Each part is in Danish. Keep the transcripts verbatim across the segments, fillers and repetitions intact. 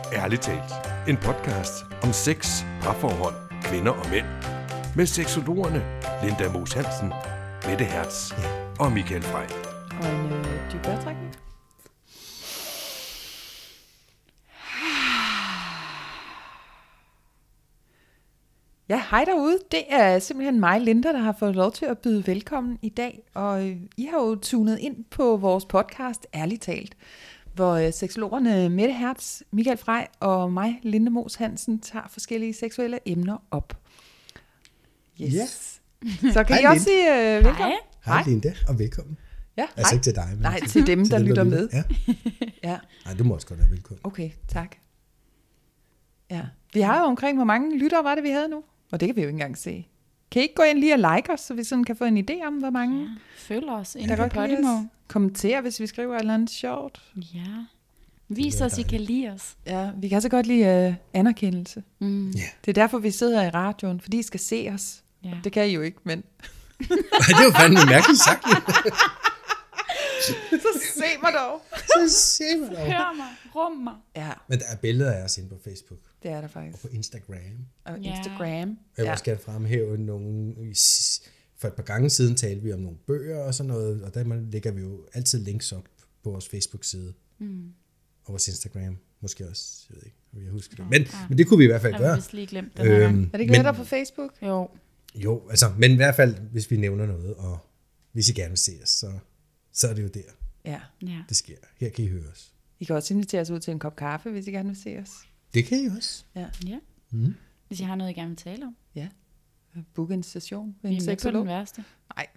Ærligt talt. En podcast om sex, parforhold, kvinder og mænd. Med seksologerne Linda Moos Hansen, Mette Hertz og Michael Frey. Og en øh, dyb vejrtrækning. Ja, hej derude. Det er simpelthen mig, Linda, der har fået lov til at byde velkommen i dag. Og øh, I har jo tunet ind på vores podcast, Ærligt talt, hvor øh, seksologerne Mette Hertz, Michael Frey og mig, Linda Moos Hansen, tager forskellige seksuelle emner op. Yes. Ja. Så kan Hej, I også sige øh, velkommen. Hej, Hej Linda, og velkommen. Ja, Altså hej. ikke til dig, men Nej, til dem, der lytter med. Ja. Ja. Nej, du må også godt være velkommen. Okay, tak. Ja, vi har jo omkring, hvor mange lyttere var det, vi havde nu? Og det kan vi jo ikke engang se. Kan I ikke gå ind lige og like os, så vi sådan kan få en idé om, hvor mange? Ja, følg os ind Der på godt kan lide Podimo. os. Kommentere, hvis vi skriver et eller andet sjovt. Ja. Vis os, I kan lide os. Ja, vi kan så godt lide uh, anerkendelse. Mm. Ja. Det er derfor, vi sidder i radioen, fordi I skal se os. Ja. Det kan I jo ikke, men... Nej, det var fandme mærkeligt sagt. så se mig dog. Så se mig dog. Hør mig, rum mig. Ja, Men der er billeder af os inde på Facebook det er der og faktisk. på Instagram. Og Ja. Instagram. Jeg vil Ja. også gerne fremhæve nogle... For et par gange siden talte vi om nogle bøger og sådan noget, og der lægger vi jo altid links op på vores Facebook-side. Mm. Og vores Instagram. Måske også, jeg ved ikke, om jeg husker det. Men, ja. men det kunne vi i hvert fald Jeg har gøre. vist lige glemt den her gang. Øhm, Er det ikke men- lettere på Facebook? Jo. Jo, altså, men i hvert fald, hvis vi nævner noget, og hvis I gerne vil se os, så, så er det jo der, Ja. Ja. det sker. Her kan I høre os. I kan også invitere os ud til en kop kaffe, hvis I gerne vil se os. Det kan I også. Ja. ja. Mm. Hvis I har noget, I gerne vil tale om. Book en session med Vi en er med på den seksolog. værste. Nej.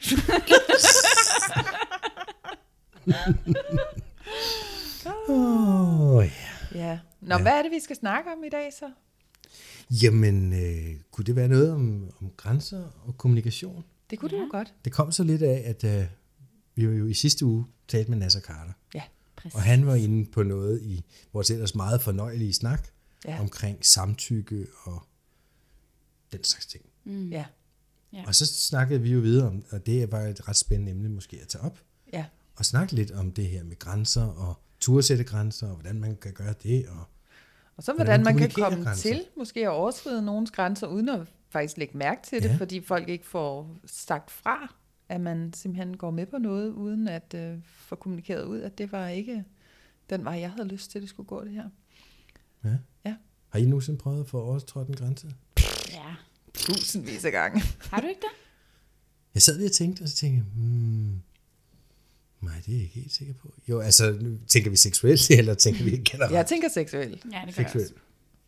Oh, ja. Ja. Nå, Ja. hvad er det, vi skal snakke om i dag så? Jamen, øh, kunne det være noget om, om grænser og kommunikation? Det kunne Ja. det jo godt. Det kom så lidt af, at øh, vi jo i sidste uge talte med Nasser Carter, Præcis. og han var inde på noget i vores ellers meget fornøjelige snak Ja. omkring samtykke og den slags ting. Mm. Ja. Ja. Og så snakkede vi jo videre om, og det var et ret spændende emne måske at tage op, Ja. og snakke lidt om det her med grænser og tursætte grænser, og hvordan man kan gøre det. Og Og så Hvordan hvordan man kan kommunikerer komme grænser. til måske at overskride nogens grænser, uden at faktisk lægge mærke til det, Ja. fordi folk ikke får sagt fra, at man simpelthen går med på noget, uden at øh, få kommunikeret ud, at det var ikke den vej, jeg havde lyst til, det skulle gå det her. ja. Ja. Har I nogensinde prøvet at få overtrådt en grænse? Ja. Tusindvis af gange. Har du ikke det? Jeg sad lige og tænkte, og så tænkte jeg, hmm, nej, det er jeg ikke helt sikker på. Jo, altså, nu tænker vi seksuelt, eller tænker vi generelt? Jeg tænker seksuelt. Ja, det gør jeg seksuelt. også.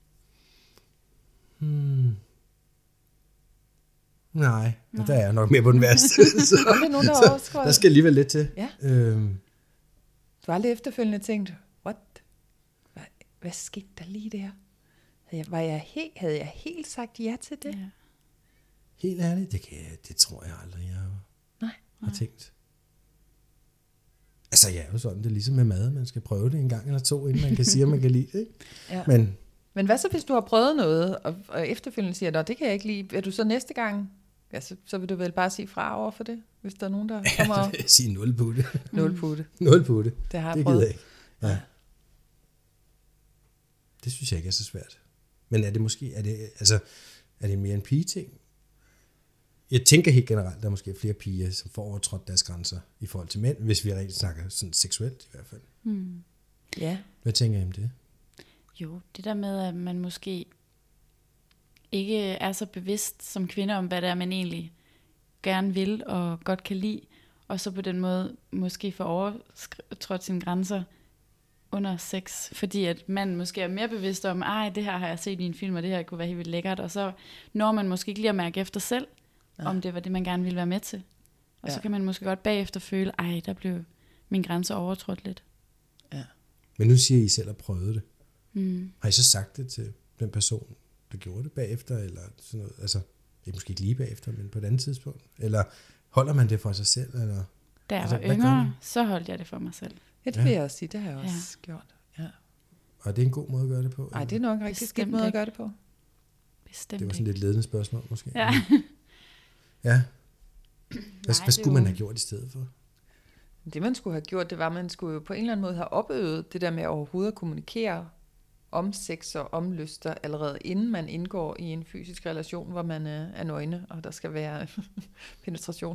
Hmm. Nej, og der er jeg nok mere på den værste. så, Aldrig nogen, der så overskrider. der skal alligevel lidt til. Ja. Øhm, Du har aldrig efterfølgende tænkt, what? Hvad, hvad skete der lige der? Havde jeg, var jeg helt, havde jeg helt sagt ja til det? Ja. helt ærligt, det, kan jeg, det tror jeg aldrig, jeg har, Nej. har tænkt. Altså, jeg er jo sådan, det er ligesom med mad, man skal prøve det en gang eller to, inden man kan sige, at man kan lide det. Ikke? Ja. Men Men hvad så, hvis du har prøvet noget, og, og efterfølgende siger, at det kan jeg ikke lide, er du så næste gang, ja, så, så vil du vel bare sige fra over for det, hvis der er nogen, der kommer og jeg siger nul på det. nul på det. Nul på det. Det har jeg Det prøvet. gider jeg ikke. Ja. Nej. Det synes jeg ikke er så svært. Men er det måske, er det, altså, er det mere en pige-ting? Jeg tænker helt generelt, der er måske flere piger, som får overtrådt deres grænser i forhold til mænd, hvis vi rigtig snakker sådan seksuelt i hvert fald. Mm. Ja. Hvad tænker I om det? Jo, det der med, at man måske ikke er så bevidst som kvinde om, hvad det er, man egentlig gerne vil og godt kan lide, og så på den måde måske får overtrådt sine grænser under sex, fordi at man måske er mere bevidst om, ej, det her har jeg set i en film, og det her kunne være helt vildt lækkert, og så når man måske ikke lige at mærke efter selv, ja. om det var det, man gerne ville være med til. Og ja. så kan man måske godt bagefter føle, ej, der blev min grænse overtrådt lidt. Ja. Men nu siger I selv at prøve det. Mm. Har I så sagt det til den person, der gjorde det bagefter, eller sådan noget? Altså, det er måske ikke lige bagefter, men på et andet tidspunkt? Eller holder man det for sig selv? Eller? Da jeg Altså, var hvad gør man? yngre, så holdt jeg det for mig selv. Ja, det Ja. vil jeg også sige, det har jeg også Ja. gjort. Ja. Og det er en god måde at gøre det på? Ej, eller? det er nok en rigtig skidt Bestemt måde at ikke. gøre det på. Bestemt Det var sådan ikke. lidt ledende spørgsmål, måske. Ja. Ja. Hvad, Nej, hvad det skulle er man jo- have gjort i stedet for? Det man skulle have gjort, det var, at man skulle jo på en eller anden måde have opøvet det der med overhovedet at kommunikere om sex og om lyster, allerede inden man indgår i en fysisk relation, hvor man øh, er nøgne, og der skal være penetration.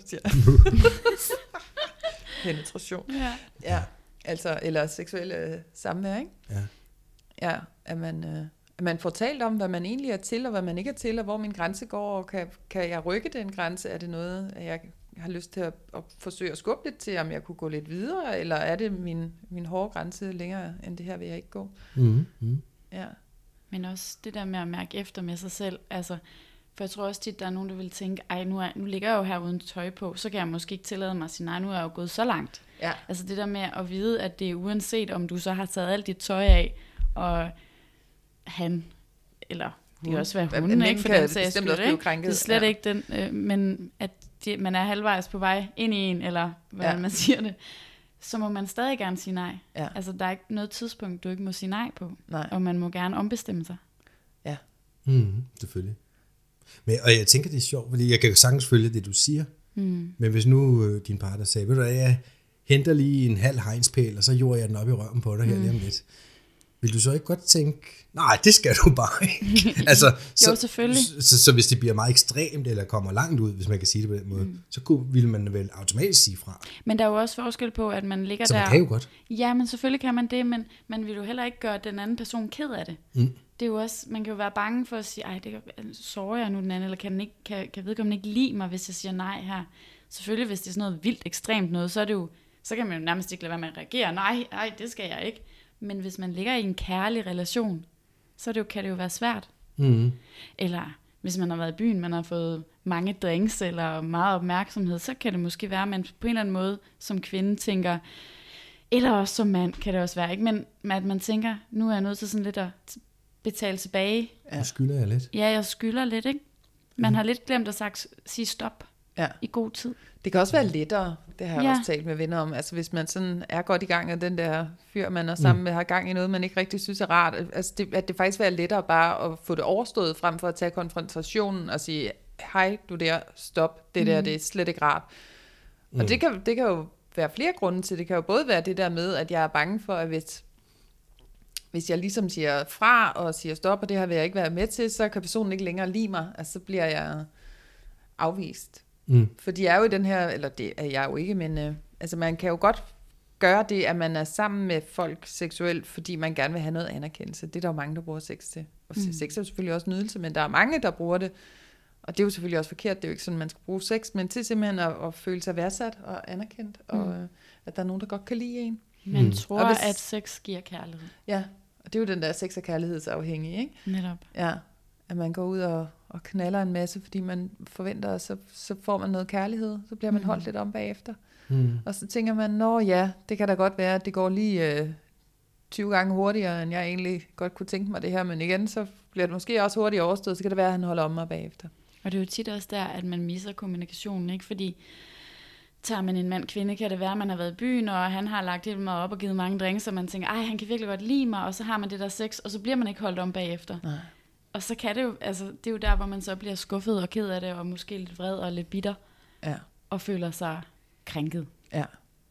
penetration. Ja. Ja, altså, eller seksuelle øh, samvær, ikke? Ja. Ja, at man, øh, at man får talt om, hvad man egentlig er til, og hvad man ikke er til, og hvor min grænse går, og kan, kan jeg rykke den grænse? Er det noget, at jeg har lyst til at, at forsøge at skubbe lidt til, om jeg kunne gå lidt videre, eller er det min, min hårde grænse længere, end det her vil jeg ikke gå? Mm-hmm. Mm. Ja. Men også det der med at mærke efter med sig selv, altså, for jeg tror også tit, der er nogen, der vil tænke, ej, nu, er, nu ligger jeg jo her uden tøj på, så kan jeg måske ikke tillade mig at sige, nej, nu er jeg jo gået så langt. Ja. Altså det der med at vide, at det er uanset, om du så har taget alt dit tøj af, og han, eller det kan også være Ja, hunden, mænd ikke, for kan den sags bestemt skyld, også blive ikke? krænket. Det er slet Ja. ikke den, øh, men at de, man er halvvejs på vej ind i en, eller hvordan Ja. man siger det, så må man stadig gerne sige nej. Ja. Altså der er ikke noget tidspunkt, du ikke må sige nej på, Nej. og man må gerne ombestemme sig. Ja. Mm, selvfølgelig. Men, og jeg tænker, det er sjovt, fordi jeg kan jo sagtens følge det, du siger. Mm. Men hvis nu øh, din partner sagde, ved du hvad, jeg henter lige en halv hegnspæl, og så gjorde jeg den op i røven på dig her mm. lige om lidt. Vil du så ikke godt tænke, nej, det skal du bare ikke. altså, så, Jo, selvfølgelig. Så, så, så hvis det bliver meget ekstremt, eller kommer langt ud, hvis man kan sige det på den måde, mm. så kunne, ville man vel automatisk sige fra. Men der er jo også forskel på, at man ligger Så der... man kan jo godt. Ja, men selvfølgelig kan man det, men man vil jo heller ikke gøre den anden person ked af det. Mm. Det er jo også, man kan jo være bange for at sige, ej, det kan, sårer jeg nu den anden, eller kan, den ikke, kan, kan vedkommende ikke lide mig, hvis jeg siger nej her. Selvfølgelig, hvis det er sådan noget vildt ekstremt noget, så er det jo, så kan man jo nærmest ikke lade være med at reagere, nej, nej, det skal jeg ikke. Men hvis man ligger i en kærlig relation, så er det jo, kan det jo være svært. Mm. Eller hvis man har været i byen, man har fået mange drinks eller meget opmærksomhed, så kan det måske være, at man på en eller anden måde som kvinde tænker, eller også som mand kan det også være, ikke? Men at man tænker, nu er jeg nødt til sådan lidt at betale tilbage. Ja. Nu skylder jeg lidt. Ja, jeg skylder lidt, ikke? Man mm. har lidt glemt at sagt, sige stop Ja. i god tid. Det kan også være lettere, det har jeg Ja. også talt med venner om. Altså hvis man sådan er godt i gang, og den der fyr, man er sammen med, har gang i noget, man ikke rigtig synes er rart. Altså det, at det faktisk være lettere bare at få det overstået, frem for at tage konfrontationen og sige, hej du der, stop, det der, det er slet ikke rart. Og Mm. det kan, det kan jo være flere grunde til. Det kan jo både være det der med, at jeg er bange for, at hvis, hvis jeg ligesom siger fra og siger stop, og det her vil jeg ikke være med til, så kan personen ikke længere lide mig. Altså så bliver jeg afvist. Mm. For de er jo i den her, eller det er jeg jo ikke, men øh, altså man kan jo godt gøre det, at man er sammen med folk seksuelt, fordi man gerne vil have noget anerkendelse. Det er der jo mange, der bruger sex til. Og mm. sex er jo selvfølgelig også nydelse, men der er mange, der bruger det. Og det er jo selvfølgelig også forkert. Det er jo ikke sådan, man skal bruge sex, men til simpelthen at, at føle sig værdsat og anerkendt, mm. og øh, at der er nogen, der godt kan lide en. Man Mm. tror, Og hvis- at sex giver kærlighed. Ja, og det er jo den der sex- og kærlighedsafhængige, ikke? Netop. Ja, at man går ud og, og knaller en masse, fordi man forventer, at så, så får man noget kærlighed. Så bliver man Mm. holdt lidt om bagefter. Mm. Og så tænker man, nå ja, det kan da godt være, at det går lige øh, tyve gange hurtigere, end jeg egentlig godt kunne tænke mig det her. Men igen, så bliver det måske også hurtigt overstået, så kan det være, at han holder om mig bagefter. Og det er jo tit også der, at man misser kommunikationen, ikke? Fordi tager man en mand-kvinde, kan det være, at man har været i byen, og han har lagt helt meget op og givet mange drinks, og man tænker, ej, han kan virkelig godt lide mig, og så har man det der sex, og så bliver man ikke holdt om bagefter. Nej. Og så kan det jo, altså, det er jo der, hvor man så bliver skuffet og ked af det, og måske lidt vred og lidt bitter, Ja, og føler sig krænket. ja.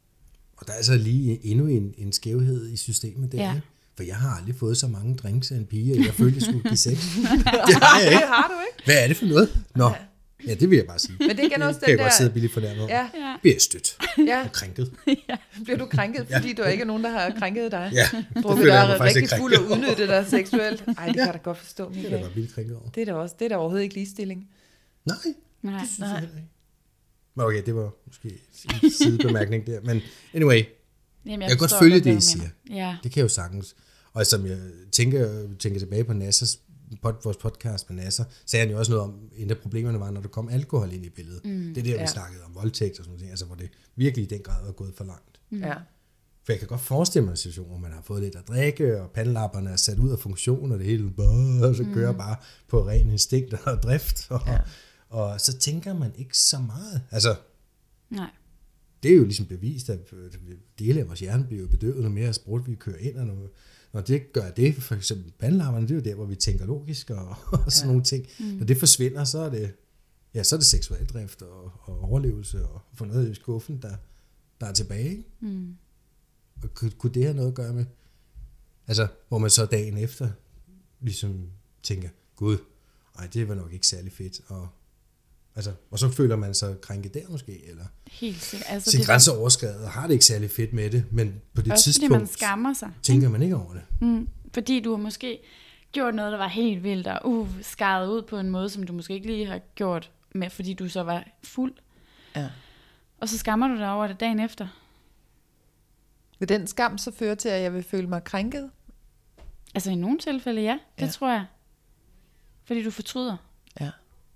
Og der er altså lige endnu en, en skævhed i systemet der, Ja. ikke? For jeg har aldrig fået så mange drinks af en pige, at jeg følte, jeg skulle give sex. Det har jeg ikke. Det har du ikke. Hvad er det for noget? Nå, ja, det vil jeg bare sige. Men det er igen også kan jeg den godt sidde der... billigt for der. Ja, Ja. Bliver jeg stødt ja. og krænket. Bliver du krænket, fordi der ikke er nogen, der har krænket dig? Ja, det Drukket føler jeg mig dig faktisk rigtig ikke fuld og krænket over. udnyttet dig seksuelt. Ej, det kan jeg da godt forstå, Det er Michael. da bare vildt krænket over. Det er da også, det er da overhovedet ikke ligestilling. Nej, Nej. det synes Nej. jeg heller ikke. Men okay, det var måske en sidebemærkning der. Men anyway, Jamen, Jeg kan godt forstår følge godt, det, hvad I du mener. Ja. det kan jeg jo sagtens. Og som jeg tænker, tænker tilbage på Nassers, pod, vores podcast med Nasser, sagde han jo også noget om, en af problemerne var, når der kom alkohol ind i billedet. Mm, det er der, ja. vi snakkede om voldtægt og sådan noget, altså hvor det virkelig i den grad var gået for langt. Mm. Ja. For jeg kan godt forestille mig en situation, hvor man har fået lidt at drikke, og pandelapperne er sat ud af funktion, og det hele bare, og så kører bare på ren instinkt og drift. Og, Ja. og så tænker man ikke så meget. Altså, Nej. det er jo ligesom bevist, at dele af vores hjerne bliver jo bedøvet, når mere sprut vi kører ind, og når, når det gør det, for eksempel pandelapperne, det er jo der, hvor vi tænker logisk og, og sådan ja. nogle ting. Mm. Når det forsvinder, så er det, ja, så er det seksuel drift og, og overlevelse og få noget i skuffen, der, der er tilbage. Ikke? Mm. Og kunne, kunne det have noget at gøre med? Altså, hvor man så dagen efter ligesom tænker, gud, ej, det var nok ikke særlig fedt. Og, altså, og så føler man sig krænket der måske, eller Helt sikkert. Altså, sin grænse overskredet, og har det ikke særlig fedt med det, men på det også tidspunkt fordi man skammer sig. tænker man ikke over det. Mm, fordi du har måske gjort noget, der var helt vildt, og uh, skaret ud på en måde, som du måske ikke lige har gjort med, fordi du så var fuld. Ja. Og så skammer du dig over det dagen efter. Vil den skam så føre til, at jeg vil føle mig krænket? Altså i nogle tilfælde, ja. Det Ja. tror jeg. Fordi du fortryder. Ja.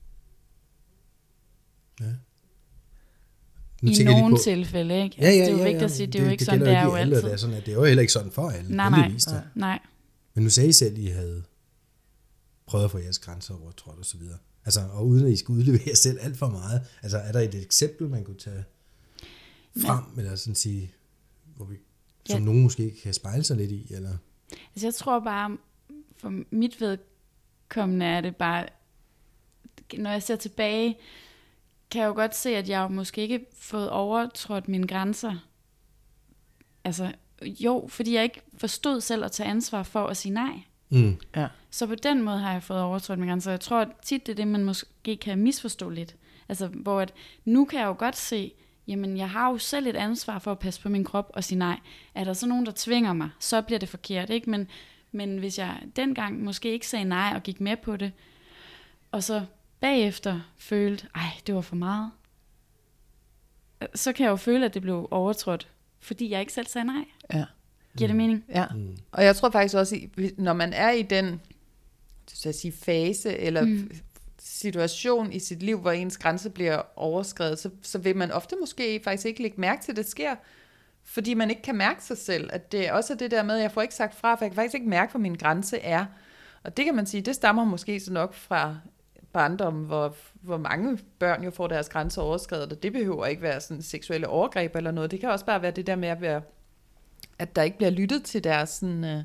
Ja. Nu I tænker jeg lige nogle på- tilfælde, ikke? Ja, ja, Altså, det er jo ja, vigtigt ja, at sige, det er jo ikke sådan, gælder det er jo ikke i alle, altid. Det er, sådan, at det er jo heller ikke sådan for alle. Nej, nej. heldigvis da. Nej. Men nu sagde I selv, at I havde prøvet at få jeres grænser overtrådt og så videre. Altså, og uden at I skal udlevere jer selv alt for meget. Altså, er der et eksempel, man kunne tage frem, ja. eller sådan sige, hvor vi, som Ja. nogen måske kan spejle sig lidt i, eller? Altså jeg tror bare, for mit vedkommende er det bare, når jeg ser tilbage, kan jeg jo godt se, at jeg jo måske ikke fået overtrådt mine grænser. Altså jo, fordi jeg ikke forstod selv at tage ansvar for at sige nej. Mm. Ja. Så på den måde har jeg fået overtrådt mine grænser. Jeg tror at tit, det er det, man måske kan misforstå lidt. Altså hvor at, nu kan jeg jo godt se, jamen jeg har jo selv et ansvar for at passe på min krop og sige nej. Er der så nogen, der tvinger mig, så bliver det forkert, ikke? Men, men hvis jeg dengang måske ikke sagde nej og gik med på det, og så bagefter følte, ej, det var for meget, så kan jeg jo føle, at det blev overtrådt, fordi jeg ikke selv sagde nej. Ja. Giver det mening? Ja. Mm. Og jeg tror faktisk også, i- når man er i den så at sige, fase eller mm. situation i sit liv, hvor ens grænse bliver overskredet, så, så vil man ofte måske faktisk ikke lægge mærke til, at det sker, fordi man ikke kan mærke sig selv. At det er også det der med, at jeg får ikke sagt fra, for jeg kan faktisk ikke mærke, hvor min grænse er. Og det kan man sige, det stammer måske så nok fra barndom, hvor, hvor mange børn jo får deres grænser overskredet, og det behøver ikke være sådan seksuelle overgreb eller noget. Det kan også bare være det der med at være, at der ikke bliver lyttet til deres sådan, øh,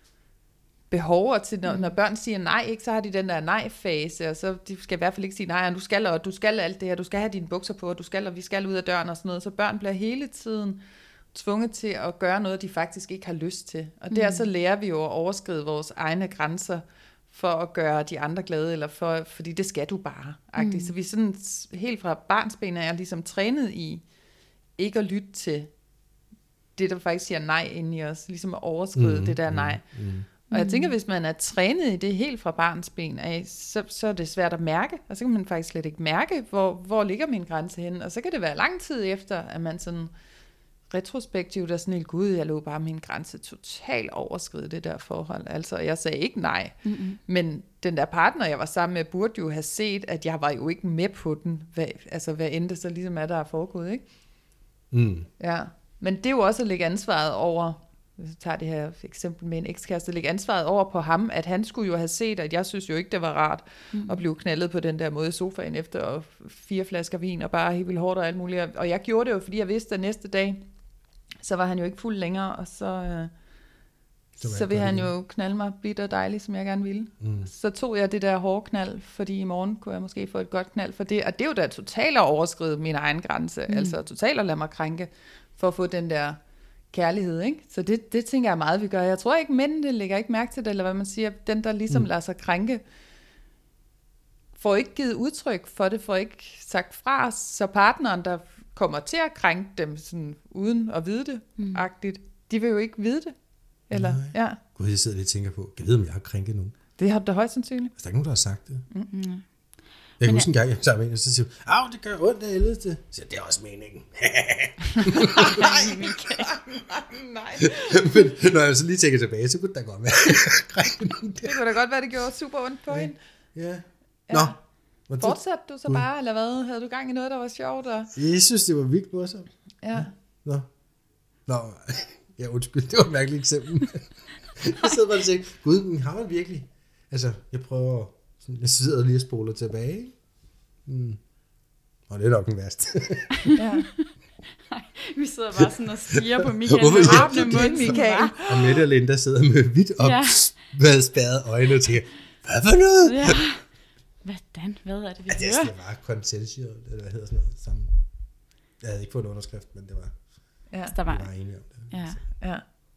behov, og til, når, mm. når børn siger nej, ikke, så har de den der nej-fase, og så de skal i hvert fald ikke sige nej, og du skal, og du skal alt det her, du skal have dine bukser på, og du skal, og vi skal ud af døren og sådan noget, så børn bliver hele tiden tvunget til at gøre noget, de faktisk ikke har lyst til. Og der mm. så lærer vi jo at overskride vores egne grænser, for at gøre de andre glade, eller for, fordi det skal du bare. Mm. Så vi sådan helt fra barnsben er ligesom trænet i ikke at lytte til det, der faktisk siger nej inde i os, ligesom at overskride mm, det der nej. Mm, mm. Og jeg tænker, hvis man er trænet i det helt fra barnsben af, så, så er det svært at mærke, og så kan man faktisk slet ikke mærke, hvor, hvor ligger min grænse henne, og så kan det være lang tid efter, at man sådan retrospektivt er sådan helt, gud, jeg lå bare min grænse totalt overskride det der forhold. Altså, jeg sagde ikke nej, mm-hmm. men den der partner, jeg var sammen med, burde jo have set, at jeg var jo ikke med på den, hvad, altså hvad end det så ligesom er, der er foregået, ikke? Mm. Ja, men det er jo også at lægge ansvaret over, hvis jeg tager det her eksempel med en ekskæreste, lægge ansvaret over på ham, at han skulle jo have set, at jeg synes jo ikke, det var rart mm. at blive knaldet på den der måde i sofaen efter og fire flasker vin og bare helt vildt hårdt og alt muligt. Og jeg gjorde det jo, fordi jeg vidste, at næste dag, så var han jo ikke fuld længere, og så, øh, så, så ville han jo knalde mig blidt og dejligt, som jeg gerne ville. Mm. Så tog jeg det der hårde knald, fordi i morgen kunne jeg måske få et godt knald for det. Og det er jo da totalt at overskride min egen grænse, mm. altså totalt at lade mig krænke, for at få den der kærlighed, ikke? Så det, det tænker jeg meget, vi gør. Jeg tror ikke, mændene lægger ikke mærke til det, eller hvad man siger, den der ligesom mm. lader sig krænke, får ikke givet udtryk for det, får ikke sagt fra, så partneren, der kommer til at krænke dem sådan, uden at vide det, mm. agtigt, de vil jo ikke vide det. Eller, ja. Gud, jeg sidder lige og tænker på, jeg ved, om jeg har krænket nogen. Det har du da højst sandsynligt. Altså, der er ikke nogen, der har sagt det. Mm-hmm. Jeg kan huske en gang, jeg sammen med en, og så siger hun, au, det gør ondt af helvede til. Så siger jeg, det er også meningen. nej, nej. Men når jeg så lige tænker tilbage, så kunne det da godt være krænket nogen der. Det kunne da godt være, det gjorde super ondt på ja. hende. Ja. Nå. Ja. Fortsatte du så bare, eller hvad? Havde du gang i noget, der var sjovt? Og... Jeg synes, det var vildt morsomt. Ja. Nå. Nå. Ja, undskyld, det var et mærkeligt eksempel. Jeg sidder bare og tænker, gud, men har man virkelig? Altså, jeg prøver, sådan, jeg sidder lige og spoler tilbage. Hmm. Og det er nok den værste. Ja. Nej, vi sidder bare sådan og stiger på Michael. Hvorfor med åbne mund, Michael. Og Mette og Linda sidder med vidt op, ja. med spærrede øjne og tænker, hvad for noget? Ja. Hvordan? Hvad er det, vi ja, hører? Det var konsensuelt, eller hvad hedder sådan noget. Sammen. Jeg havde ikke fået en underskrift, men det var, ja. der var, vi var enige om det. Ja. Ja.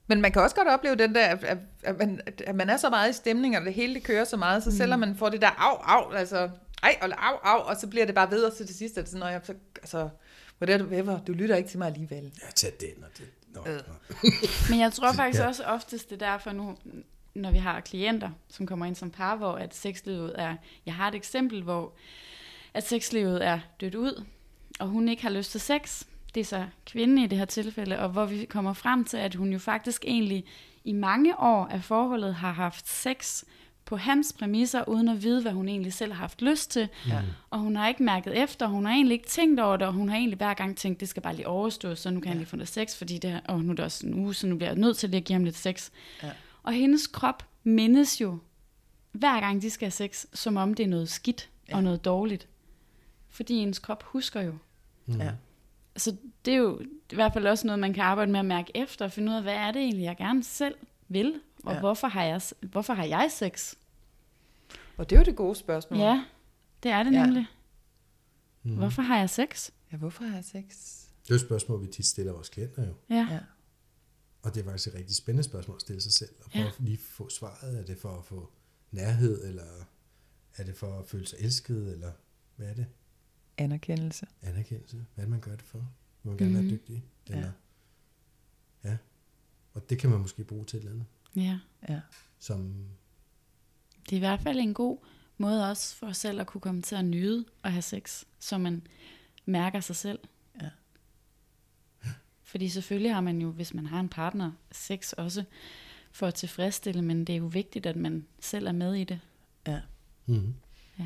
Men man kan også godt opleve den der, at, at, man, at man er så meget i stemning, og det hele det kører så meget, så mm. selvom man får det der au, au, altså, ej, og au, au, og så bliver det bare ved, og så til sidst er det sådan, når jeg, så, altså, whatever, du lytter ikke til mig alligevel. Ja, tag den og det. Nå, øh. nå. Men jeg tror faktisk Ja. også oftest, det er derfor nu, når vi har klienter, som kommer ind som par, hvor at sexlivet er... Jeg har et eksempel, hvor at sexlivet er dødt ud, og hun ikke har lyst til sex. Det er så kvinden i det her tilfælde, og hvor vi kommer frem til, at hun jo faktisk egentlig i mange år af forholdet har haft sex på hans præmisser, uden at vide, hvad hun egentlig selv har haft lyst til. Ja. Og hun har ikke mærket efter, hun har egentlig ikke tænkt over det, og hun har egentlig hver gang tænkt, det skal bare lige overstås, så nu kan ja. han lige få noget sex, fordi det her, og nu er det også en uge, så nu bliver jeg nødt til lige at give ham lidt sex. Ja. Og hendes krop mindes jo, hver gang de skal have sex, som om det er noget skidt Ja. og noget dårligt. Fordi hendes krop husker jo. Mm. Ja. Så det er jo i hvert fald også noget, man kan arbejde med at mærke efter, og finde ud af, hvad er det egentlig, jeg gerne selv vil, og Ja. hvorfor, har jeg, hvorfor har jeg sex? Og det er jo det gode spørgsmål. Ja, det er det Ja. nemlig. Mm. Hvorfor har jeg sex? Ja, hvorfor har jeg sex? Det er jo et spørgsmål, vi tit stiller vores klienter jo. Ja. Ja. Og det er faktisk et rigtig spændende spørgsmål at stille sig selv, og prøve Ja. at lige få svaret. Er det for at få nærhed, eller er det for at føle sig elsket, eller hvad er det? Anerkendelse. Anerkendelse. Hvad er det, man gør det for? Vil man gerne Mhm. være dygtig? Eller, ja. ja. Og det kan man måske bruge til et eller andet. Ja. Ja. Som, Det er i hvert fald en god måde også for os selv at kunne komme til at nyde at have sex, så man mærker sig selv. Ja. Fordi selvfølgelig har man jo, hvis man har en partner, sex også for at tilfredsstille, men det er jo vigtigt, at man selv er med i det. Ja. mm. Ja.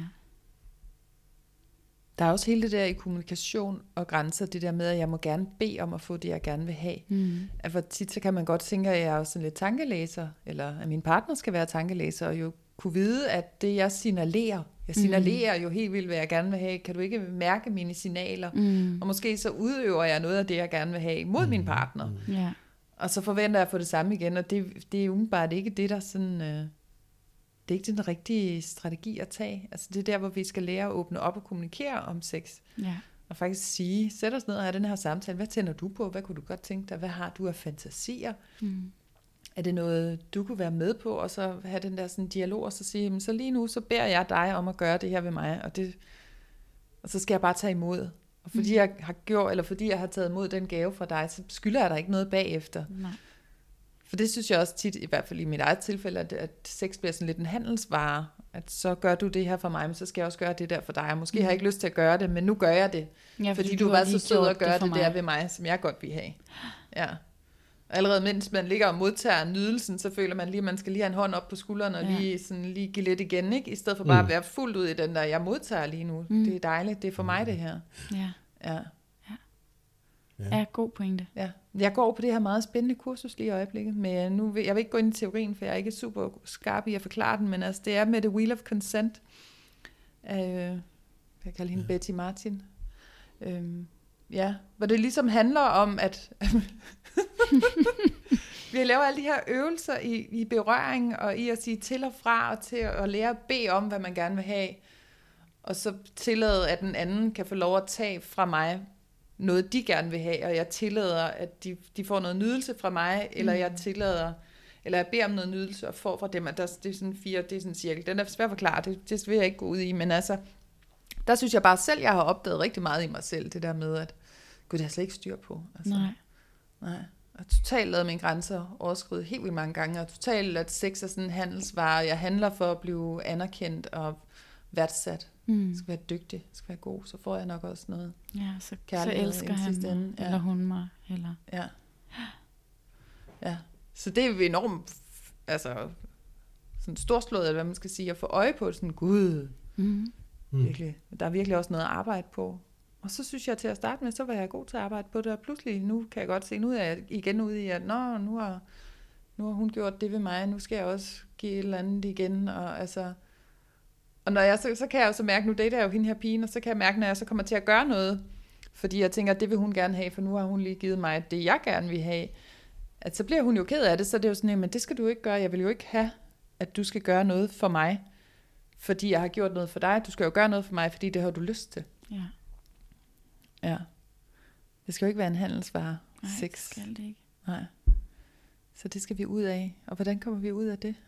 Der er også hele det der i kommunikation og grænser, det der med, at jeg må gerne bede om at få det, jeg gerne vil have. Mm. At for tit så kan man godt tænke, at jeg er jo sådan lidt tankelæser, eller at min partner skal være tankelæser, og jo kunne vide, at det jeg signalerer, jeg signalerer mm. jo helt vildt, hvad jeg gerne vil have. Kan du ikke mærke mine signaler? Mm. Og måske så udøver jeg noget af det, jeg gerne vil have mod mm. min partner. Mm. Ja. Og så forventer jeg at få det samme igen, og det, det er umiddelbart ikke det, der sådan... Øh, det er ikke den rigtige strategi at tage. Altså det er der, hvor vi skal lære at åbne op og kommunikere om sex. Ja. Og faktisk sige, sæt os ned og have den her samtale. Hvad tænder du på? Hvad kunne du godt tænke dig? Hvad har du af fantasier? Mm. Er det noget, du kunne være med på? Og så have den der sådan dialog, og så sige, jamen, så lige nu, så beder jeg dig om at gøre det her ved mig. Og, det, og så skal jeg bare tage imod. Og fordi mm. jeg har gjort, eller fordi jeg har taget imod den gave fra dig, så skylder jeg dig ikke noget bagefter. Nej. For det synes jeg også tit, i hvert fald i mit eget tilfælde, at, at sex bliver sådan lidt en handelsvare. At så gør du det her for mig, men så skal jeg også gøre det der for dig. Og måske mm. har jeg ikke lyst til at gøre det, men nu gør jeg det. Ja, fordi, fordi du du har var så lige sød gjort at gøre det for det, det der mig. ved mig, som jeg godt vil have. Ja. Og allerede mens man ligger og modtager nydelsen, så føler man lige, at man skal lige have en hånd op på skulderen og Ja. lige, sådan, lige give lidt igen, ikke? I stedet for bare Mm. at være fuldt ud i den der, jeg modtager lige nu. Mm. Det er dejligt, det er for mig det her. Ja. Ja. Ja, god pointe. Ja. Jeg går på det her meget spændende kursus lige i øjeblikket, men nu vil, jeg vil ikke gå ind i teorien, for jeg er ikke super skarp i at forklare den, men altså, det er med The Wheel of Consent. Øh, jeg kalder hende ja. Betty Martin. Øh, ja, hvor det ligesom handler om, at vi laver alle de her øvelser i, i berøring, og i at sige til og fra, og til at lære at bede om, hvad man gerne vil have, og så tillade, at den anden kan få lov at tage fra mig noget, de gerne vil have, og jeg tillader, at de, de får noget nydelse fra mig, eller jeg tillader, eller jeg beder om noget nydelse, og får fra dem, at der, det er sådan fire, det er sådan en cirkel. Den er svært at forklare, det, det vil jeg ikke gå ud i, men altså, der synes jeg bare selv, jeg har opdaget rigtig meget i mig selv, det der med, at gud, det har jeg slet ikke styr på. Altså, Nej. Nej. Og totalt lavet mine grænser overskridet helt vildt mange gange, og totalt, at sex er sådan en handelsvare, jeg handler for at blive anerkendt og værdsat. Mm. Jeg skal være dygtig, jeg skal være god, så får jeg nok også noget. Ja, så, så Kærlighed elsker i han sidste mig, ende, ja. eller hun mig, eller... Ja. Ja. Så det er jo enormt, altså, sådan storslået, eller hvad man skal sige, at få øje på sådan, gud, Mm. Mm. virkelig. Der er virkelig også noget at arbejde på. Og så synes jeg til at starte med, så var jeg god til at arbejde på det, og pludselig, nu kan jeg godt se, nu er jeg igen ude i, at nå, nu har, nu har hun gjort det ved mig, nu skal jeg også give et eller andet igen, og altså... Og når jeg, så, så kan jeg jo så mærke, nu dater jeg jo hende her pigen, og så kan jeg mærke, når jeg så kommer til at gøre noget, fordi jeg tænker, at det vil hun gerne have, for nu har hun lige givet mig det, jeg gerne vil have, at så bliver hun jo ked af det, så det er jo sådan, men det skal du ikke gøre, jeg vil jo ikke have, at du skal gøre noget for mig, fordi jeg har gjort noget for dig, du skal jo gøre noget for mig, fordi det har du lyst til. Ja. Ja. Det skal jo ikke være en handelsvare, Nej, sex. det skal det ikke. Nej. Så det skal vi ud af. Og hvordan kommer vi ud af det?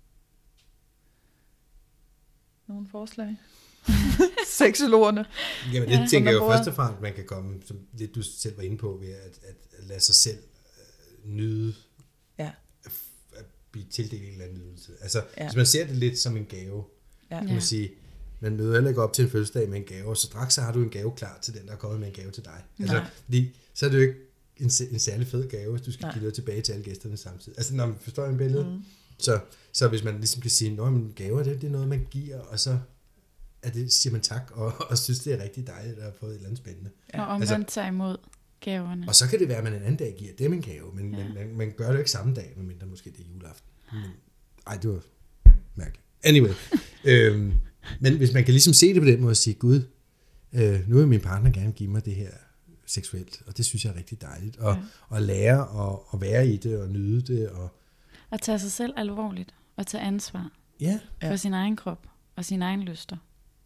Nogle forslag? Seksologerne. Jamen det Ja. tænker jeg jo Under først og fremmest, man kan komme, som lidt du selv var inde på, ved at, at, at lade sig selv øh, nyde, Ja. at, at blive tildelt en eller anden nydelse. Altså, Ja. hvis man ser det lidt som en gave, Ja. kan man sige, man møder heller ikke op til en fødselsdag med en gave, og så straks så har du en gave klar til den, der er kommet med en gave til dig. Altså, Nej. fordi, så er det jo ikke en, en særlig fed gave, hvis du skal Nej. give noget tilbage til alle gæsterne samtidig. Altså, når man forstår en billede, Mm. så, så hvis man ligesom kan sige, at gaver, det, det er noget, man giver, og så er det, siger man tak, og, og synes, det er rigtig dejligt at have fået et eller andet spændende. Ja. Og omvendt altså, tage imod gaverne. Og så kan det være, at man en anden dag giver dem en gave, men, Ja. men man, man gør det jo ikke samme dag, medmindre måske det er juleaften. Men, ej, det var mærkeligt. Anyway. øhm, men hvis man kan ligesom se det på den måde og sige, Gud, øh, nu vil min partner gerne give mig det her seksuelt, og det synes jeg er rigtig dejligt. Og, ja. og lære at, at være i det og nyde det. Og, At tage sig selv alvorligt og tage ansvar ja. for Ja. sin egen krop og sine egne lyster.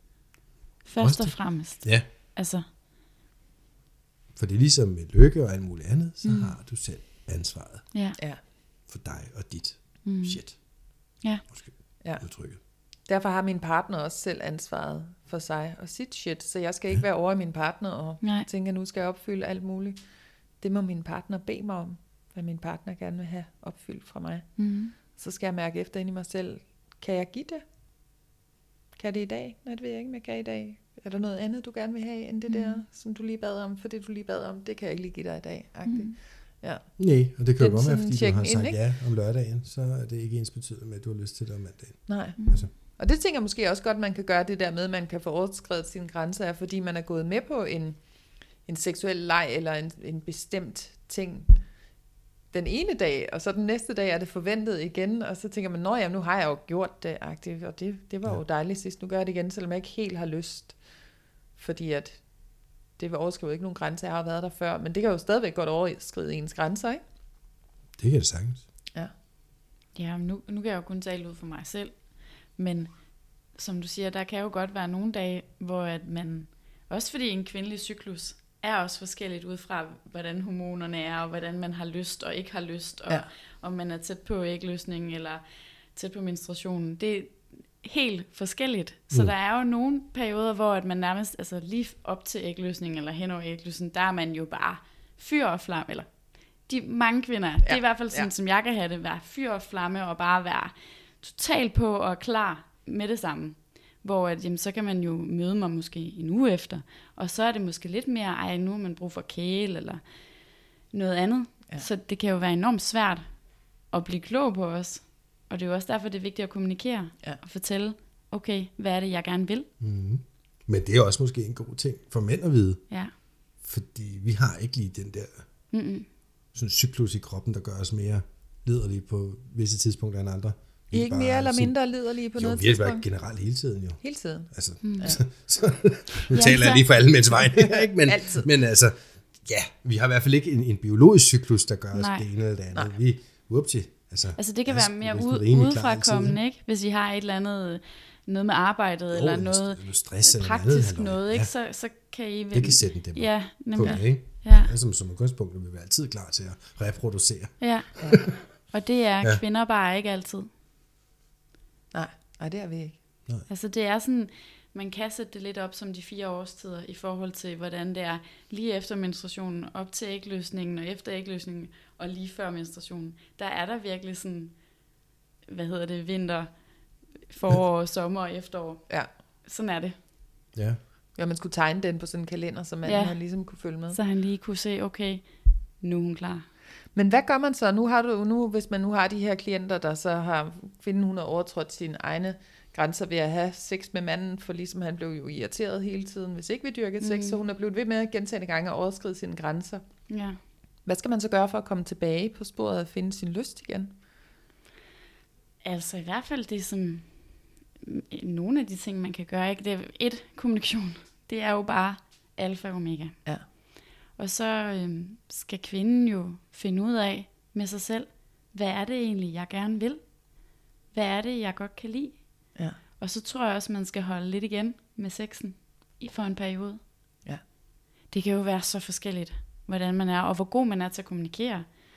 Først Også og det. fremmest. ja. Altså, For det er ligesom med lykke og alt muligt andet, så Mm. mm. har du selv ansvaret ja. Ja. for dig og dit Mm. shit. Ja. Måske Ja. udtrykket. Derfor har min partner også selv ansvaret for sig og sit shit, så jeg skal ikke være over i min partner og Nej. tænke, at nu skal jeg opfylde alt muligt. Det må min partner bede mig om, hvad min partner gerne vil have opfyldt fra mig. Mm. Så skal jeg mærke efter ind i mig selv, kan jeg give det? Kan det i dag? Nej, det ved jeg ikke, om jeg kan i dag. Er der noget andet, du gerne vil have, end det Mm. der, som du lige bad om? For det, du lige bad om, det kan jeg ikke lige give dig i dag. Mm. Ja. Nej, og det kan Den jo godt være, sådan fordi du check har in, sagt ikke? ja om lørdagen, så er det ikke ens betydende med, at du har lyst til det om mandagen. Nej. Mm. Altså. Og det tænker jeg måske også godt, man kan gøre det der med, at man kan få overskredet sine grænser, er, fordi man er gået med på en, en seksuel leg eller en, en bestemt ting den ene dag, og så den næste dag er det forventet igen, og så tænker man, nå ja, nu har jeg jo gjort det, aktivt, og det, det var jo dejligt sidst, nu gør jeg det igen, selvom jeg ikke helt har lyst, fordi at det overskrider ikke nogen grænser, jeg har været der før, men det kan jo stadigvæk godt overskride ens grænser, ikke? Det kan det sagtens. Ja. Ja, men nu, nu kan jeg jo kun tale ud for mig selv. Men som du siger, der kan jo godt være nogle dage, hvor at man, også fordi en kvindelig cyklus er også forskelligt ud fra, hvordan hormonerne er, og hvordan man har lyst og ikke har lyst, og Ja. om man er tæt på ægløsning eller tæt på menstruationen. Det er helt forskelligt. Så Mm. der er jo nogle perioder, hvor at man nærmest, altså lige op til ægløsning eller hen over ægløsning, der er man jo bare fyr og flamme, eller de mange kvinder, ja. det er i hvert fald sådan, Ja. som jeg kan have det, være fyr og flamme og bare være totalt på og klar med det samme. Hvor at, jamen, så kan man jo møde mig måske en uge efter, og så er det måske lidt mere, ej, nu har man brug for kæle eller noget andet. Ja. Så det kan jo være enormt svært at blive klog på os. Og det er jo også derfor, det er vigtigt at kommunikere Ja. og fortælle, okay, hvad er det, jeg gerne vil? Mm. Men det er også måske en god ting for mænd at vide, Ja. fordi vi har ikke lige den der Mm-mm. sådan cyklus i kroppen, der gør os mere liderlige på visse tidspunkter end andre. Vi er Ikke bare mere eller sådan- mindre liderlige på jo, noget vi er bare tidspunkt? generelt hele tiden jo. Hele tiden. Altså, Mm. så, så, nu Ja, taler jeg så- lige for alle mænds vegne, ikke? Men, Altid. men altså, ja, vi har i hvert fald ikke en, en biologisk cyklus, der gør os Nej. det ene eller det andet. Nej. Vi, whoopsie, altså, Altså det kan jeg er være sgu mere næsten ud, rimelig klar udefra altid, kommende, ikke? Hvis I har et eller andet, noget med arbejdet, Jo, eller noget noget stress eller praktisk andet, halløj. noget, ikke? Ja, Så, så kan I... det kan sætte en dæmper Ja, på nemlig. det, ikke? Ja, Altså, som udgangspunkt vil vi være altid klar til at reproducere. ja. Og det er Ja. kvinder bare ikke altid. Nej, nej, det er vi ikke. Altså det er sådan, man kan sætte det lidt op som de fire årstider i forhold til, hvordan det er lige efter menstruationen, op til ægløsningen og efter ægløsningen, og lige før menstruationen. Der er der virkelig sådan, hvad hedder det, vinter, forår, sommer og efterår. Ja. Sådan er det. Ja. Ja, man skulle tegne den på sådan en kalender, så man Ja. ja. ligesom kunne følge med. Så han lige kunne se, okay, nu er hun klar. Men hvad gør man så? Nu har du nu, hvis man nu har de her klienter, der så har, kvinden hun har overtrådt sine egne grænser ved at have sex med manden, for ligesom han blev jo irriteret hele tiden, hvis ikke vi dyrkede sex, Mm. så hun er blevet ved med at gentagende gange at overskride sine grænser. Ja. Hvad skal man så gøre for at komme tilbage på sporet og finde sin lyst igen? Altså i hvert fald, det er sådan, nogle af de ting, man kan gøre, ikke? Det er et, kommunikation. Det er jo bare alfa og omega. Ja. Og så øhm, skal kvinden jo finde ud af med sig selv, hvad er det egentlig, jeg gerne vil? Hvad er det, jeg godt kan lide? Ja. Og så tror jeg også, man skal holde lidt igen med sexen i for en periode. Ja. Det kan jo være så forskelligt, hvordan man er, og hvor god man er til at kommunikere.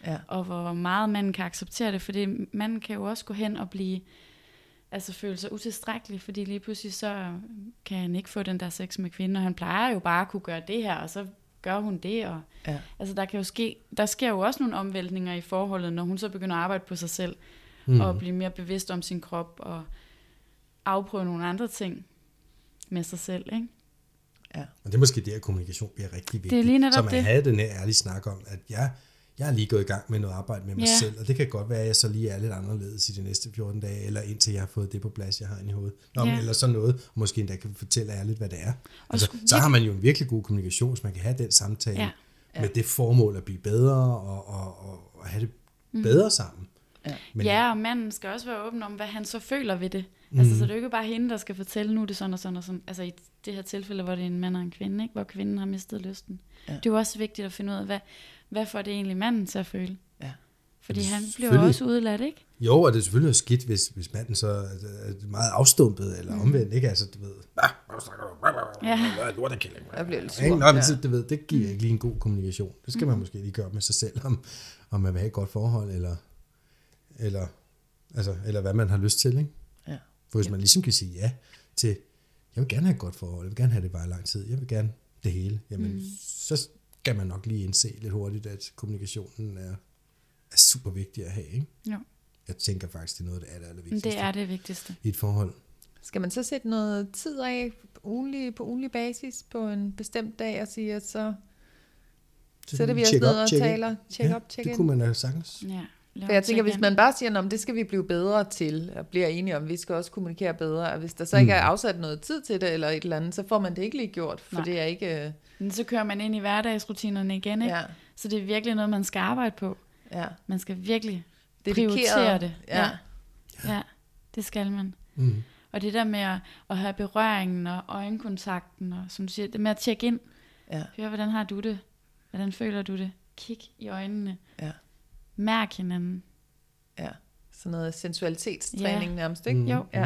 Ja. og hvor meget manden kan acceptere det, fordi manden kan jo også gå hen og blive, altså føle sig utilstrækkelig, fordi lige pludselig så kan han ikke få den der sex med kvinden, og han plejer jo bare at kunne gøre det her, og så gør hun det, og Ja. altså der kan jo ske, der sker jo også nogle omvæltninger i forholdet, når hun så begynder at arbejde på sig selv, Mm. mm. og blive mere bevidst om sin krop, og afprøve nogle andre ting med sig selv, ikke? Og det er måske der, at kommunikation bliver rigtig vigtig. Det er lige netop så man det. havde den her ærlige snak om, at jeg, jeg er lige gået i gang med noget arbejde med mig Ja. selv, og det kan godt være, at jeg så lige er lidt anderledes i de næste fjorten dage, eller indtil jeg har fået det på plads, jeg har inde i hovedet. Nå, Ja. eller sådan noget, og måske endda kan fortælle ærligt, hvad det er. Og Altså, sku- så har man jo en virkelig god kommunikation, hvis man kan have den samtale Ja. med det formål at blive bedre, og, og, og, og have det bedre sammen. Ja. Men, Ja, og manden skal også være åben om, hvad han så føler ved det. Mm. Altså, så det er jo ikke bare hende, der skal fortælle, nu er det sådan og sådan og sådan. Altså i det her tilfælde, hvor det er en mand og en kvinde, ikke? Hvor kvinden har mistet lysten. Ja. Det er jo også vigtigt at finde ud af, hvad, hvad får det egentlig manden til at føle? Ja. Fordi Men han bliver selvfølgelig- også udeladt, ikke? Jo, og det er selvfølgelig skidt, hvis, hvis manden så er, er meget afstumpet, eller Mm. omvendt, ikke? Altså, du ved, hvad snakker du? Ja. Lortekælling. Jeg bliver lidt sur. Ikke? Nå, men Ja. så, du ved, det giver ikke lige en god kommunikation. Det skal man Mm. måske lige gøre med sig selv, om, om man vil have et godt forhold, eller, eller, altså, eller hvad man har lyst til, ikke? Ja. For hvis man ligesom kan sige ja til, jeg vil gerne have et godt forhold, jeg vil gerne have det bare i lang tid, jeg vil gerne det hele, jamen, Mm. så skal man nok lige indse lidt hurtigt, at kommunikationen er, er super vigtig at have, ikke? Jo. Jeg tænker faktisk, det er noget af det aller, aller Men vigtigste det er det vigtigste. i et forhold. Skal man så sætte noget tid af ugenlig, på ugenlig basis på en bestemt dag og sige, at så Så sætter kan vi os tjekke ned op, og tjekke ind. taler, check Ja, up, check det in? kunne man da sagtens. Ja. Lad For jeg os tænker, tjekke hvis ind. man bare siger, at det skal vi blive bedre til, og bliver enige om, vi skal også kommunikere bedre, og hvis der så ikke Mm. er afsat noget tid til det, eller et eller andet, så får man det ikke lige gjort, for Nej. det er ikke... øh, Men så kører man ind i hverdagsrutinerne igen, ikke? Ja, Så det er virkelig noget, man skal arbejde på. ja. Man skal virkelig Dedikeret. prioritere det. Ja. Ja. Ja, det skal man. Mm. Og det der med at, at have berøringen og øjenkontakten, og som du siger, det med at tjekke ind. Ja. Hør, hvordan har du det? Hvordan føler du det? Kig i øjnene. Ja. Mærk hinanden. Ja. Sådan noget sensualitetstræning Ja. nærmest, ikke? Mm. Jo. Ja.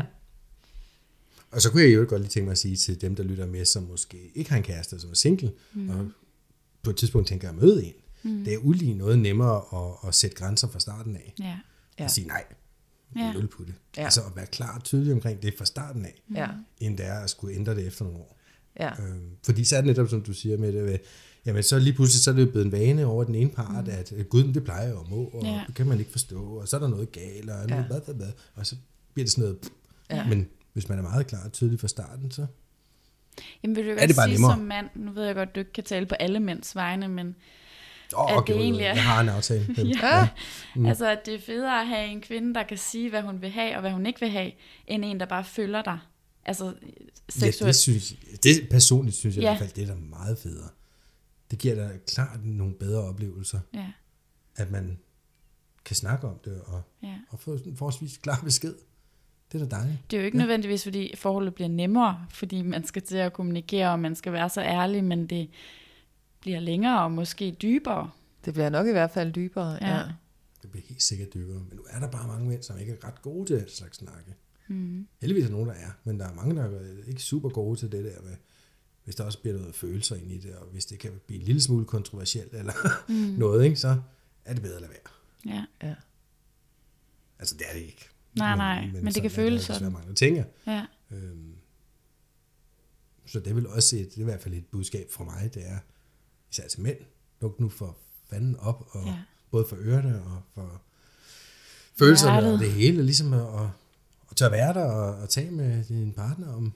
Og så kunne jeg jo godt lige tænke mig at sige til dem, der lytter med, som måske ikke har en kæreste, som er single, mm. og på et tidspunkt tænker at møde en. Mm. Det er ulige noget nemmere at, at sætte grænser fra starten af. Ja. Ja. Og sige nej. Ja. Nul på det. Ja. Altså at være klar og tydelig omkring det fra starten af, Ja. end det er at skulle ændre det efter nogle år. Ja. Øhm, fordi så er det netop, som du siger med det, ved, jamen så lige pludselig så er det jo blevet en vane over den ene part, mm. at øh, gud, det plejer jo at må, og Ja. det kan man ikke forstå, og så er der noget galt, og, Ja. ja. hvad, hvad, hvad, og så bliver det sådan noget. Ja. Men hvis man er meget klar og tydelig fra starten, så Jamen vil du Er godt det bare sige nemmere? som mand, nu ved jeg godt, du ikke kan tale på alle mænds vegne, men åh, At okay, det egentlig er- jeg har en aftale. ja. Mm. Altså, at det er federe at have en kvinde, der kan sige, hvad hun vil have, og hvad hun ikke vil have, end en, der bare følger dig. Altså, Ja, seksuelt. det, synes, det personligt synes jeg Ja. i hvert fald, det er da meget federe. Det giver da klart nogle bedre oplevelser, Ja, at man kan snakke om det, og, ja. og få sådan en forholdsvis klar besked. Det er da dejligt. Det er jo ikke ja. nødvendigvis, fordi forholdet bliver nemmere, fordi man skal til at kommunikere, og man skal være så ærlig, men det bliver længere og måske dybere. Det bliver nok i hvert fald dybere. Ja. Ja. Ja. Det bliver helt sikkert dybere. Men nu er der bare mange mænd, som ikke er ret gode til den slags snakke. Mm. Heldigvis er der nogen, der er, men der er mange, der er ikke super gode til det der med, hvis der også bliver noget følelser ind i det, og hvis det kan blive en lille smule kontroversielt eller Mm. noget, ikke, så er det bedre at lade være. Ja. Ja. Altså, det er det ikke. Nej, nej, men det kan sådan er føles der desværre sådan. mange, der tænker. Ja. Øhm, så det er vel også et, det er i hvert fald et budskab fra mig, det er, især til mænd, luk nu for fanden op, og Ja. både for ørerne og for følelserne Hjertet. og det hele, ligesom at, at, at tør være der og at tale med din partner om,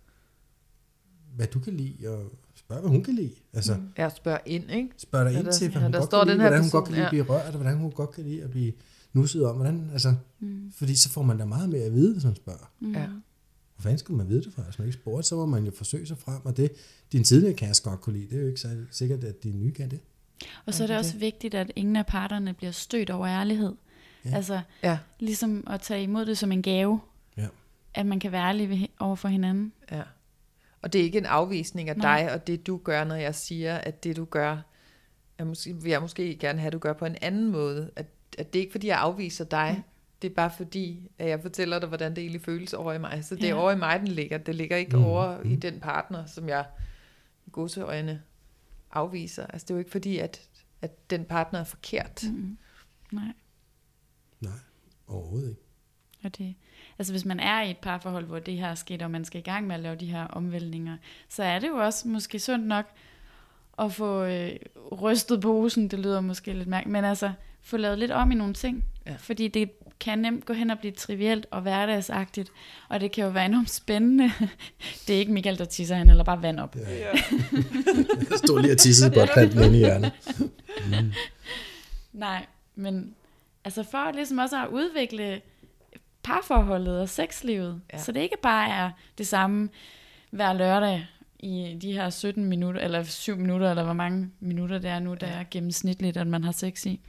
hvad du kan lide, og spørge, hvad hun kan lide. Altså, mm. Jeg spørger ind, ikke? spørg dig Ja, ind der- til, hvad ja, hun der godt står kan den lide, her hvordan hun person, godt kan lide at ja. blive rørt, og hvordan hun godt kan lide at blive nusset om, hvordan, altså, Mm. fordi så får man da meget mere at vide, hvis man spørger. Mm. Ja. Hvor fanden skulle man vide det fra? Hvis man ikke spurgte, så må man jo forsøge sig frem, og det din tidligere kæreste godt kunne lide, det er jo ikke så sikkert, at din nye kan det. Og så er det Ja, også vigtigt, at ingen af parterne bliver stødt over ærlighed. Ja. Altså, Ja. ligesom at tage imod det som en gave. Ja. At man kan være ærlig ved- over for hinanden. Ja. Og det er ikke en afvisning af Nej. dig og det du gør, når jeg siger, at det du gør, er måske, vil jeg måske gerne have, at du gør på en anden måde. At, at det er ikke fordi, jeg afviser dig. Mm. Det er bare fordi, at jeg fortæller dig, hvordan det egentlig føles over i mig. Så det Ja. er over i mig, den ligger. Det ligger ikke Mm. over i den partner, som jeg i godseøjne afviser. Altså det er jo ikke fordi, at, at den partner er forkert. Mm. Nej. Nej, overhovedet ikke. Og det, altså hvis man er i et parforhold, hvor det her er sket, og man skal i gang med at lave de her omvæltninger, så er det jo også måske sundt nok at få øh, rystet posen, det lyder måske lidt mærkeligt, men altså få lavet lidt om i nogle ting, Ja. fordi det kan nemt gå hen og blive trivielt og hverdagsagtigt, og det kan jo være enormt spændende. Det er ikke Michael, der tisser, han eller bare vand op. Ja. Ja. Jeg stod lige og tissede botplanten inde i hjørnet. Mm. Nej, men altså for ligesom også at udvikle parforholdet og sexlivet, Ja. ja. Så det ikke bare er det samme hver lørdag i de her sytten minutter, eller syv minutter, eller hvor mange minutter det er nu, der er gennemsnitligt, at man har sex i.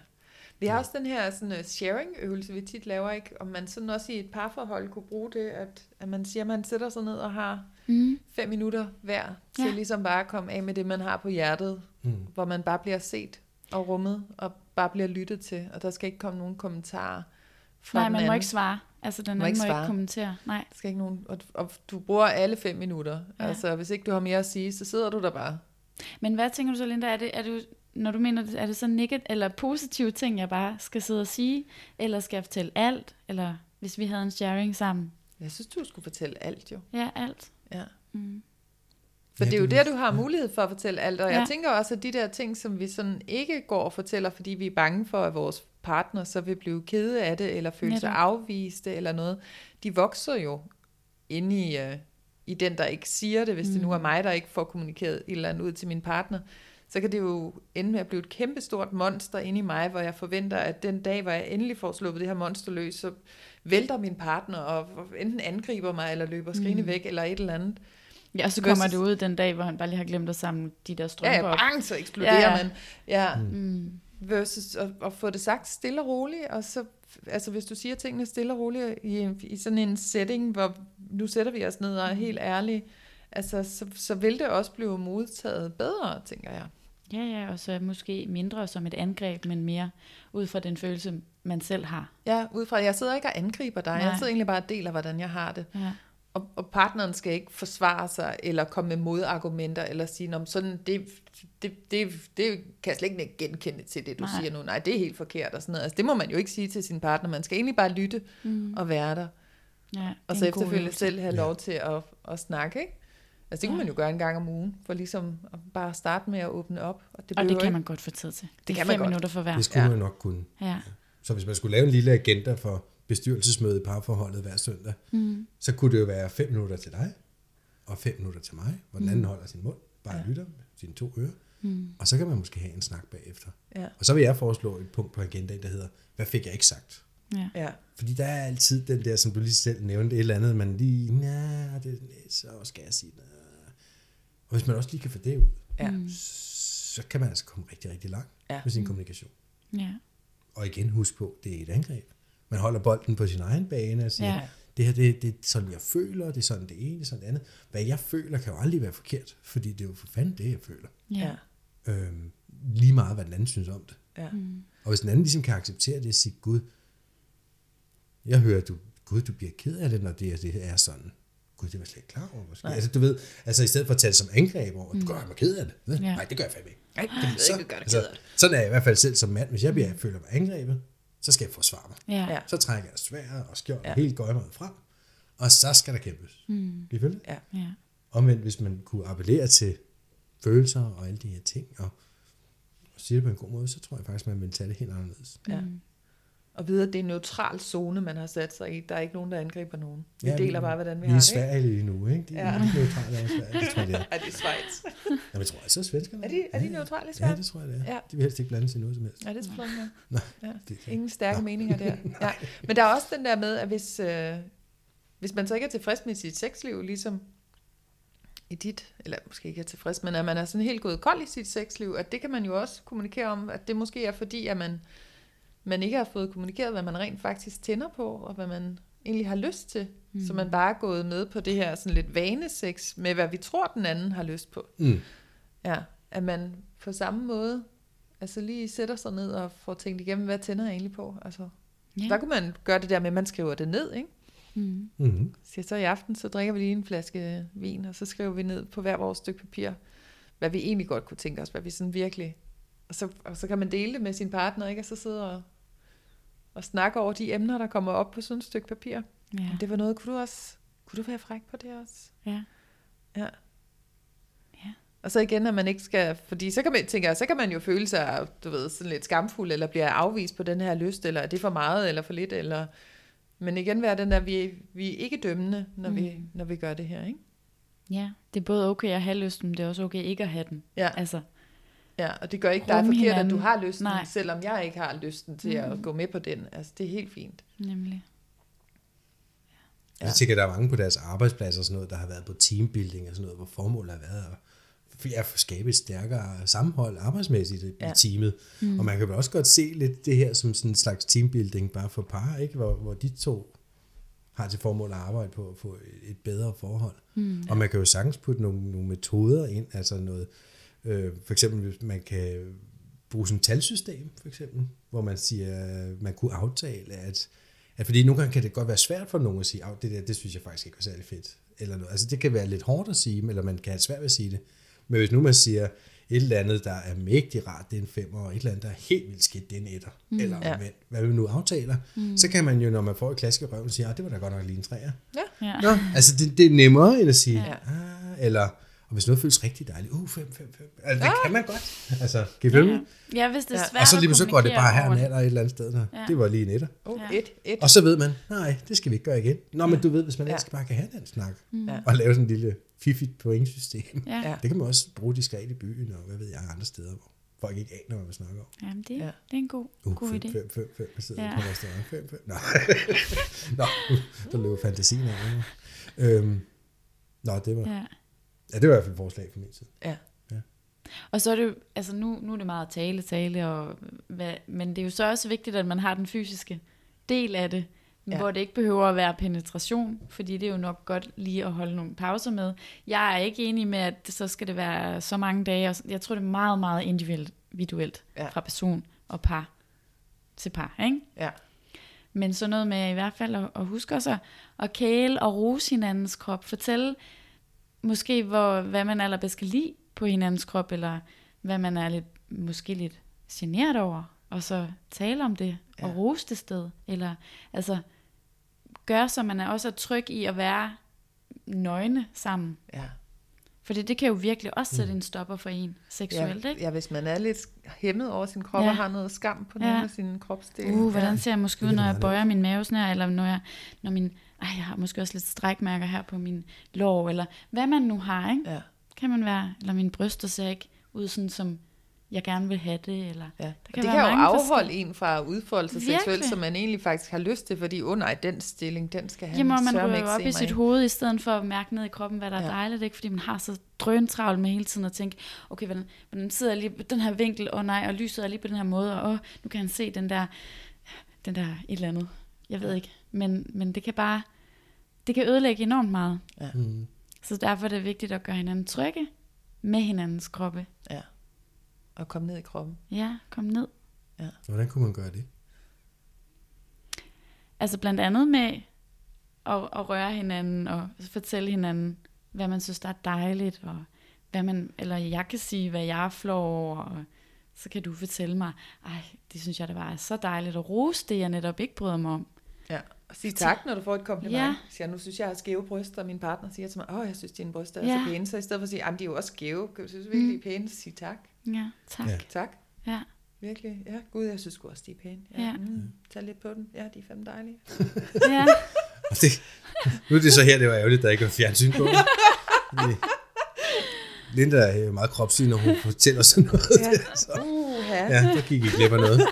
Vi har også den her sådan, uh, sharing-øvelse, vi tit laver, ikke? Om man sådan også i et parforhold kunne bruge det, at, at man siger, at man sætter sig ned og har Mm. fem minutter hver, til Ja. ligesom bare at komme af med det, man har på hjertet, Mm. hvor man bare bliver set og rummet, og bare bliver lyttet til, og der skal ikke komme nogen kommentarer fra Nej, den man anden. må ikke svare. Altså, den Må anden ikke må ikke svare. kommentere. Nej. Der skal ikke nogen, og, og du bruger alle fem minutter. Ja. Ja. Altså, hvis ikke du har mere at sige, så sidder du der bare. Men hvad tænker du så, Linda? Er det, er det, når du mener, er det så negativt eller positive ting, jeg bare skal sidde og sige? Eller skal jeg fortælle alt? Eller hvis vi havde en sharing sammen? Jeg synes, du skulle fortælle alt jo. Ja, alt. Ja. Mm. For Ja, det er jo det- der, du har mulighed for at fortælle alt. Og Ja. jeg tænker også, at de der ting, som vi sådan ikke går og fortæller, fordi vi er bange for, at vores partner så vil blive kede af det, eller føle sig Netop. afviste, eller noget, de vokser jo inde i, uh, i den, der ikke siger det. Hvis mm. det nu er mig, der ikke får kommunikeret et eller andet ud til min partner, så kan det jo ende med at blive et kæmpestort monster inde i mig, hvor jeg forventer, at den dag, hvor jeg endelig får sluppet det her monster løs, så vælter min partner, og enten angriber mig, eller løber skrigende Mm. væk, eller et eller andet. Ja, og så kommer Versus- det ud den dag, hvor han bare lige har glemt at samle de der Ja, strømper ja, op. bang, så eksploderer Ja, ja, ja. ja. man. Ja, Mm. versus at, at få det sagt stille og roligt, og så, altså hvis du siger tingene stille og roligt i, i sådan en setting, hvor nu sætter vi os ned og er helt ærlige, altså så, så vil det også blive modtaget bedre, tænker jeg. Ja, ja, og så måske mindre som et angreb, men mere ud fra den følelse, man selv har. Ja, ud fra, jeg sidder ikke og angriber dig, Nej. jeg sidder egentlig bare og deler, hvordan jeg har det. Ja. Og, og partneren skal ikke forsvare sig, eller komme med modargumenter, eller sige, "Nå, men sådan, det, det, det, det kan jeg slet ikke genkende til det, du Nej. siger nu. Nej, det er helt forkert, og sådan noget. Altså, det må man jo ikke sige til sin partner. Man skal egentlig bare lytte Mm. og være der. Ja, det er Og så en god efterfølgende øvelse. selv have Ja. lov til at, at snakke, ikke? Altså, det kunne Ja. man jo gøre en gang om ugen, for ligesom at bare starte med at åbne op. Og det, Og det behøver kan ikke- man godt få tid til. Det, det er kan man fem godt. minutter for hver. Det skulle Ja. man nok kunne. Ja. Så hvis man skulle lave en lille agenda for bestyrelsesmøde i parforholdet hver søndag, Mm. så kunne det jo være fem minutter til dig, og fem minutter til mig, hvor den anden Mm. holder sin mund, bare Ja. ja. lytter med sine to ører, Mm. og så kan man måske have en snak bagefter. Ja, Og så vil jeg foreslå et punkt på agendaen, der hedder, hvad fik jeg ikke sagt? Ja. ja, Fordi der er altid den der, som du lige selv nævnte, et eller andet, man lige, nej, det, så skal jeg sige, nej. Og hvis man også lige kan få det ud, ja. Mm. så kan man altså komme rigtig, rigtig langt Ja. med sin kommunikation. Ja. Og igen, husk på, det er et angreb. Man holder bolden på sin egen bane og siger, Ja. ja. det her, det, det er sådan, jeg føler, det er sådan det ene, det er sådan det andet. Hvad jeg føler, kan jo aldrig være forkert, fordi det er jo for fanden det, jeg føler. Ja. Ja. Øhm, lige meget, hvad den anden synes om det. Ja. Mm. Og hvis den anden ligesom kan acceptere det og sige, Gud, jeg hører, du, Gud, du bliver ked af det, når det, det er sådan. Gud, det var jeg slet ikke klar over, måske. Nej. Altså, du ved, altså i stedet for at tage det som angreb over, du gør mig ked af det. Ja. Nej, det gør jeg fandme ikke. Ej, jeg ved Så, ikke, gør det altså, ked af det. sådan er jeg i hvert fald selv som mand. Hvis jeg bliver, føler mig angrebet, så skal jeg forsvare mig. Ja. Ja. Så trækker jeg sværet og skjold Ja. ja. helt gøjmeret frem, og så skal der kæmpes. Mm. Kan I følge det? Ja. Ja. Omvendt, hvis man kunne appellere til følelser og alle de her ting, og, og sige det på en god måde, så tror jeg faktisk, man vil tage det helt anderledes. Ja. Mm. Og vide, at det er en neutral zone, man har sat sig i. Der er ikke nogen, der angriber nogen. Vi Ja, deler bare, hvordan vi Vi har er i det. ikke? Sverige lige nu, ikke? De er Ja. ja. lidt neutrale over Sverige, det tror jeg, det er. Er det Schweiz? Jamen, jeg tror, altså, svenskerne. Er de, er de Ja, neutrale i Ja, Sverige? det tror jeg, det er. Ja. De vil helst ikke blande sig i noget som helst. Ja, det er selvfølgelig. Ja. Nej, Ja. det er Ingen stærke Nå. meninger der. Ja. Men der er også den der med, at hvis, øh, hvis man så ikke er tilfreds med sit sexliv, ligesom i dit, eller måske ikke er tilfreds, men at man er sådan helt gået kold i sit sexliv, at det kan man jo også kommunikere om, at det måske er fordi, at man, man ikke har fået kommunikeret, hvad man rent faktisk tænder på, og hvad man egentlig har lyst til. Mm. Så man bare er gået med på det her sådan lidt vanesex, med hvad vi tror, den anden har lyst på. Mm. Ja, at man på samme måde, altså lige sætter sig ned og får tænkt igennem, hvad tænder jeg egentlig på? Altså, Ja. der kunne man gøre det der med, at man skriver det ned, ikke? Mm. Mm-hmm. Så, så i aften, så drikker vi lige en flaske vin, og så skriver vi ned på hver vores stykke papir, hvad vi egentlig godt kunne tænke os, hvad vi sådan virkelig... Og så, og så kan man dele det med sin partner, ikke? Og så sidde og, og snakke over de emner, der kommer op på sådan et stykke papir. Ja. Om det var noget, kunne du også, kunne du være fræk på det også? Ja. Ja. Ja. Og så igen, at man ikke skal, fordi så kan man, tænker jeg, så kan man jo føle sig, du ved, sådan lidt skamfuld, eller bliver afvist på den her lyst, eller er det for meget, eller for lidt, eller, men igen være den der, vi, vi er ikke dømmende, når, mm. vi, når vi gør det her, ikke? Ja, det er både okay at have lysten, men det er også okay ikke at have den. Ja. Altså, Ja, og det gør ikke dig rumme forkert, hinanden. at du har lysten, Nej. selvom jeg ikke har lysten til Mm. at gå med på den. Altså, det er helt fint. nemlig. Ja. Jeg tænker, der er mange på deres arbejdspladser og sådan noget, der har været på teambuilding og sådan noget, hvor formålet har været at, at skabe et stærkere sammenhold arbejdsmæssigt i Ja. teamet. Mm. Og man kan vel også godt se lidt det her som sådan en slags teambuilding bare for par, ikke? Hvor, hvor de to har til formål at arbejde på at få et, et bedre forhold. Mm. Og man kan jo sagtens putte nogle, nogle metoder ind, altså noget, øh, for eksempel hvis man kan bruge sådan et talsystem, for eksempel, hvor man siger, man kunne aftale, at at fordi nogle gange kan det godt være svært for nogen at sige, at det der, det synes jeg faktisk ikke var særlig fedt. Eller noget. Altså det kan være lidt hårdt at sige, eller man kan have svært ved at sige det. Men hvis nu man siger, et eller andet, der er mægtig rart, det er en femmer, og et eller andet, der er helt vildt skidt, det er en etter. Mm. Eller Ja. ja. hvad vi nu aftaler. Mm. Så kan man jo, når man får et klask i røven, sige, at det var da godt nok lige en træer. Ja. Ja. Nå, altså det, det er nemmere, end at sige, Ja. ah, eller, og hvis noget føles rigtig dejligt, uh, fem, fem, fem. Altså det Ah. kan man godt. Altså, kan I følge Ja. mig? ja, hvis det er Ja. svært Og så at lige så går det bare her kommunikere og over natter et eller andet sted. Der. Ja. Det var lige en etter. Oh, Ja. et, et. Og så ved man, nej, det skal vi ikke gøre igen. Nå, men du ved, hvis man Ja. ellers bare kan have den snak, Ja. og lave sådan en lille fiffigt pointsystem, Ja. Ja. det kan man også bruge diskret i byen, og hvad ved jeg, andre steder, hvor folk ikke aner, hvad man snakker om. Jamen, det, Ja. det er en god, Uh, god fem, idé. fem, fem, fem, jeg sidder Ja. ja. på restaurant, fem, fem. Nå, Nå der løber fantasien af mig. Øhm, Nå, det var, ja. Ja. ja, det var i hvert fald et forslag fra min side. Ja. Og så er det jo, altså nu, nu er det meget tale, tale, og, hvad, men det er jo så også vigtigt, at man har den fysiske del af det, Ja. ja. hvor det ikke behøver at være penetration, fordi det er jo nok godt lige at holde nogle pauser med. Jeg er ikke enig med, at så skal det være så mange dage, og jeg tror, det er meget, meget individuelt Ja. fra person og par til par, ikke? Ja. Men så noget med i hvert fald at, at huske også at, at kæle og rose hinandens krop. Fortælle måske, hvor, hvad man allerbedst kan lide på hinandens krop, eller hvad man er lidt, måske lidt generet over, og så tale om det, Ja. og rose det sted. Eller altså, gøre så man er også tryg i at være nøgne sammen. Ja. Fordi det kan jo virkelig også sætte en stopper for en seksuelt, Ja, ikke? ja, hvis man er lidt hæmmet over sin krop, Ja. og har noget skam på Ja. nogle af sine kropsdele. Uh, hvordan ja. ser jeg måske Det ud, kan når det jeg meget bøjer min mavesnær, eller når jeg, når min, ej, jeg har måske også lidt strækmærker her på min lår, eller hvad man nu har, ikke? Ja. Kan man være, eller mine bryster ser ikke ud sådan, som jeg gerne vil have det, eller... Ja. kan Det kan, være det kan jo mange afholde forskellige- en fra at udfolde sig Virkelig. seksuelt, som man egentlig faktisk har lyst til, fordi, oh nej, den stilling, den skal han Jamen, man sørme ryger ikke jo op se i mig sit hoved, i stedet for at mærke ned i kroppen, hvad der er Ja. dejligt, ikke? Fordi man har så drøntravlt med hele tiden at tænke, okay, hvordan, hvordan sidder jeg lige på den her vinkel, åh oh, nej, og lyset er lige på den her måde, og oh, nu kan han se den der, den der et eller andet. Jeg ved ikke, men, men det kan bare, det kan ødelægge enormt meget. Ja. Mm. Så derfor er det vigtigt at gøre hinanden trygge med hinandens kroppe. Ja. Og komme ned i kroppen. Ja, kom ned. Hvordan kunne man gøre det? Altså blandt andet med at, at røre hinanden og fortælle hinanden, hvad man synes, der er dejligt, og hvad man, eller jeg kan sige, hvad jeg flår over, og så kan du fortælle mig, ej, det synes jeg, det var så dejligt at rose det, jeg netop ikke bryder mig om. Ja. Og sige tak, når du får et kompliment. Ja. Hvis jeg nu synes, jeg har skæve bryster, og min partner siger til mig, åh, jeg synes, dine bryster er Ja. så pæne, så i stedet for at sige, jamen, de er jo også skæve, jeg synes virkelig, de er pæne, så sige tak. Ja, tak. Ja. Ja. Tak. Ja. Virkelig. Ja, gud, jeg synes sgu også, de er pæne. Ja. Ja. Mm, tag lidt på den. Ja, de er fandme dejlige. ja. Og det, nu er det så her, det var ærgerligt, der ikke var fjernsyn på. Fordi Linda er jo meget kropslig, når hun fortæller sådan noget. Ja. Der, så, Uh, ja. ja, der gik I glip af noget.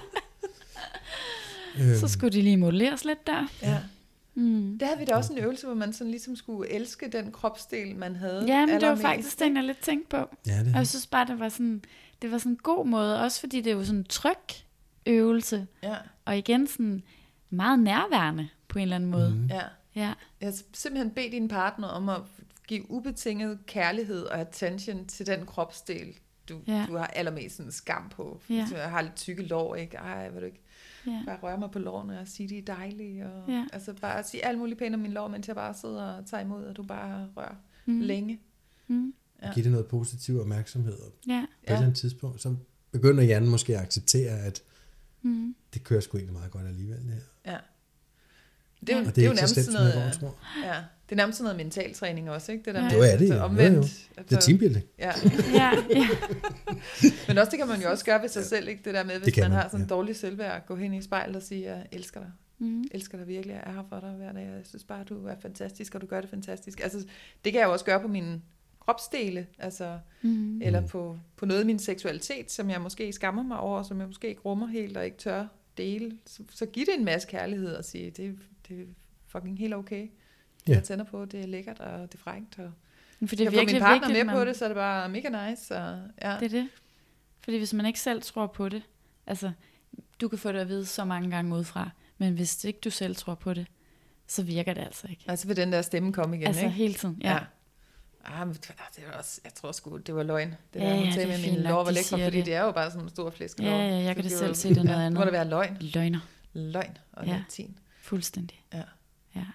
Så skulle de lige modelleres lidt der. ja. Mm. Der havde vi da også en øvelse, hvor man sådan ligesom skulle elske den kropsdel, man havde. Ja, men det var allermest. faktisk den, jeg lidt tænkte på. Ja, det Og er. jeg synes bare, det var sådan, det var sådan en god måde, også fordi det er jo sådan en tryg øvelse, Ja, og igen sådan meget nærværende på en eller anden måde. Mm. ja. Ja, Jeg har simpelthen bedt din partner om at give ubetinget kærlighed og attention til den kropsdel, du, Ja. du har allermest sådan skam på. Ja. Så jeg har lidt tykke lår, ikke? Ej, vil du ikke ja, bare røre mig på lårene og sige, de er dejlige. Og, Ja. Altså bare sige alt muligt pænt om min lår, mens jeg bare sidder og tager imod, og du bare rører Mm. længe. mm. Ja. Giv det noget positiv opmærksomhed. Og på ja, et eller andet tidspunkt, så begynder hjernen måske at acceptere, at Mm. Det kører sgu egentlig meget godt alligevel, det her. Ja. Det er, jo, Og det det er er jo ikke så nærmest slemt, sådan som jeg noget, går og tror. ja, det er nærmest sådan noget mentaltræning også, ikke? Det der Ja. med, Det er det, altså, jo. omvendt. Jo, jo. Det er teambuilding. Ja. Ja, ja. Men også det kan man jo også gøre ved sig selv, ikke? Det der med, hvis kan man man, har sådan en ja. dårlig selvværd, gå hen i spejlet og sige, jeg elsker dig. Mm. Jeg elsker dig virkelig, jeg er her for dig hver dag. Jeg synes bare, du er fantastisk, og du gør det fantastisk. Altså, det kan jeg jo også gøre på mine kropsdele, altså, Mm. eller på, på noget af min seksualitet, som jeg måske skammer mig over, som jeg måske ikke rummer helt og ikke tør dele. Så, så giv det en masse kærlighed og sige, det, det er fucking helt okay. Det Ja. jeg tænder på, det er lækkert, og det er frækt. Og For det er jeg får virkelig min partner vigtigt, med på man- det, så er det bare mega nice. Og, ja. Det er det. Fordi hvis man ikke selv tror på det, altså, du kan få det at vide så mange gange udefra, men hvis ikke du selv tror på det, så virker det altså ikke. Altså vil den der stemme komme igen, Altså ikke? hele tiden, ja. Ja. Ah, men det var også, jeg tror sgu, det var løgn. Det Ja, der, hun ja, sagde det er med fint min nok, lår var de lækre, siger fordi det. det er jo bare sådan en stor flæskelår. Ja, ja, jeg Så kan det var selv jo- se, det er noget ja, andet. Nu må det være løgn. Løgner, Løgn og Ja. latin. fuldstændig. Ja. Ja.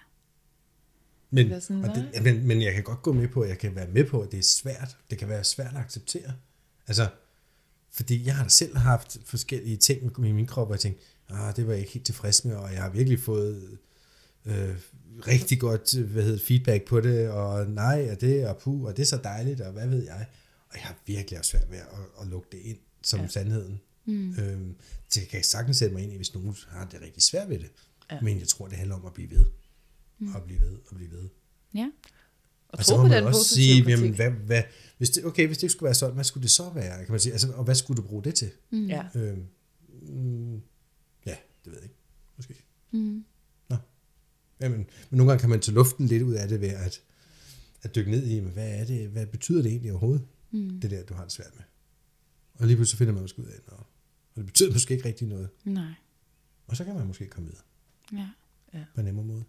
Men, Det er sådan, og det, men, men jeg kan godt gå med på, jeg kan være med på, at det er svært. Det kan være svært at acceptere. Altså, fordi jeg har da selv haft forskellige ting med min krop, og jeg tænkte, ah, det var jeg ikke helt tilfreds med, og jeg har virkelig fået øh, rigtig godt hvad hedder, feedback på det, og nej, og det, og puh, og det er så dejligt, og hvad ved jeg. Og jeg har virkelig haft svært ved at, at lukke det ind som Ja. ja. sandheden. Mm. Øhm, så jeg kan sagtens sætte mig ind i, hvis nogen har det rigtig svært ved det. Ja. Ja. Men jeg tror, det handler om at blive ved. Mm. Og blive ved, og blive ved. Ja. Og, Og tro så på må man den også positive sige, kritik. jamen, hvad, hvad, hvis det, okay, hvis det ikke skulle være sådan, hvad skulle det så være? Kan man sige, altså, og hvad skulle du bruge det til? Mm. Ja. Øhm, mm, ja, det ved jeg ikke. Måske. Mm. Jamen, men nogle gange kan man tage luften lidt ud af det ved at, at dykke ned i, men hvad er det, hvad betyder det egentlig overhovedet, Mm. det der, du har det svært med? Og lige pludselig finder man måske ud af, og, og det betyder måske ikke rigtig noget. Nej. Og så kan man måske komme videre Ja. på en nemmere måde.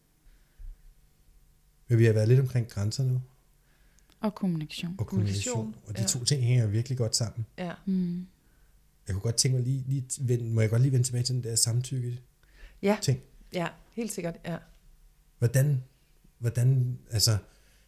Men vi har været lidt omkring grænser nu, Og kommunikation. og kommunikation, Kommunikation, og de ja. to ting hænger virkelig godt sammen. Ja. Mm. Jeg kunne godt tænke mig lige, lige vende, må jeg godt lige vende tilbage til den der samtykke Ja. ting. Ja, helt sikkert, ja. Hvordan, hvordan, altså,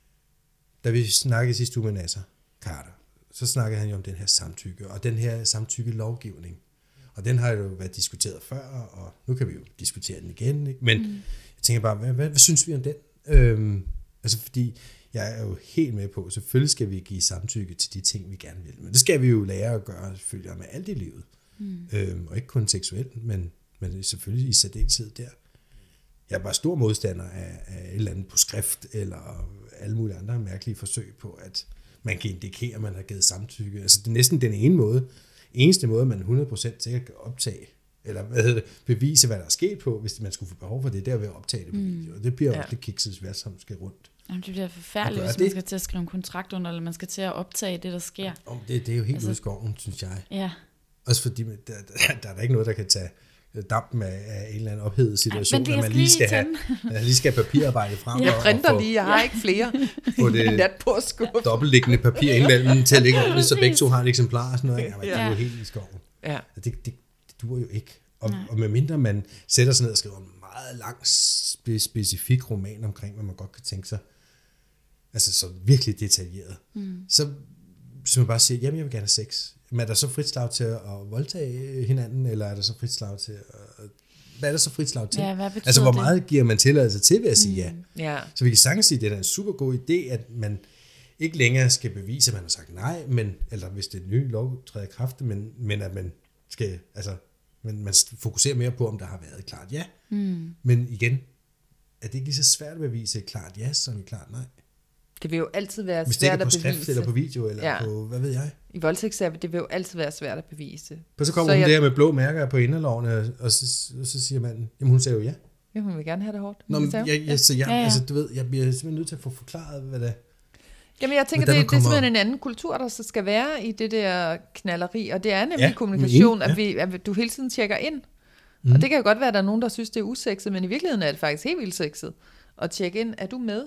da vi snakkede sidste uge med Nasser Carter, så snakkede han jo om den her samtykke, og den her samtykke-lovgivning. Og den har jo været diskuteret før, og nu kan vi jo diskutere den igen, ikke? Men mm. jeg tænker bare, hvad, hvad, hvad synes vi om den? Øhm, altså, fordi jeg er jo helt med på, selvfølgelig skal vi give samtykke til de ting, vi gerne vil. Men det skal vi jo lære at gøre, selvfølgelig med alt i livet. Mm. Øhm, og ikke kun seksuelt, men, men selvfølgelig i særdeleshed der. Jeg er bare stor modstander af, af et eller andet på skrift, eller alle mulige andre mærkelige forsøg på, at man kan indikere, at man har givet samtykke. Altså det er næsten den ene måde, eneste måde, man hundrede procent sikkert kan optage, eller hvad hedder det, bevise, hvad der er sket på, hvis man skulle få behov for det, der ved at optage det på Mm. video. Og det bliver jo Ja. også lidt kikset, hvad som skal rundt. Jamen, det bliver forfærdeligt, Og gør hvis man det. skal til at skrive en kontrakt under, eller man skal til at optage det, der sker. Om det, det er jo helt Altså- altså, ude i skoven, synes jeg. Ja. Også fordi, der, der, der er der ikke noget, der kan tage dampen af, af en eller anden ophedet situation, men det at jeg man skal lige lige skal, have, man lige skal have papirarbejde frem. Jeg og- og printer få lige, jeg har ikke flere. Få det- Nat på skuffe. dobbeltliggende papir indimellem til at ligge ordentligt, så begge to har et eksemplar og sådan noget. Jamen, det er jo Ja. helt i skoven. Ja. Det, det, det duer jo ikke. Og, Nej. og medmindre man sætter sig ned og skriver en meget lang, spe, specifik roman omkring, hvad man godt kan tænke sig, altså så virkelig detaljeret, mm. så, så man bare siger, jamen jeg vil gerne have sex. Men er der så frit slag til at voldtage hinanden, eller er der så frit slag til at... Hvad er der så frit slag til? Ja, hvad betyder altså hvor det? meget giver man tilladelse til ved at sige ja? Ja. Så vi kan sagtens sige, at det er en super god idé, at man ikke længere skal bevise, at man har sagt nej, men, eller hvis det er en ny lov træder i kraft, men, men at man skal, altså, men man fokuserer mere på, om der har været et klart ja. Mm. Men igen, er det ikke lige så svært at bevise et klart ja, som et klart nej? Det vil jo altid være Hvis det ikke svært er på at skrift, bevise. eller på video, eller Ja. ja. på, hvad ved jeg? I voldtægtssager, det vil jo altid være svært at bevise. Og så kommer Så hun jeg- der med blå mærker på inderlovene, og så, og så siger manden, jamen hun sagde jo ja. Ja, hun vil gerne have det hårdt. Nå, Hun men sagde jo. jeg, jeg, så jeg, Ja, ja. altså du ved, jeg bliver simpelthen nødt til at få forklaret, hvad det er. Jamen jeg tænker, Men det, der det er kommer- simpelthen en anden kultur, der så skal være i det der knalleri, og det er nemlig Ja, kommunikation, men at, vi, at du hele tiden tjekker ind. Mm. Og det kan jo godt være, at der er nogen, der synes, det er usekset, men i virkeligheden er det faktisk helt vildt sekset. At tjekke ind, er du med?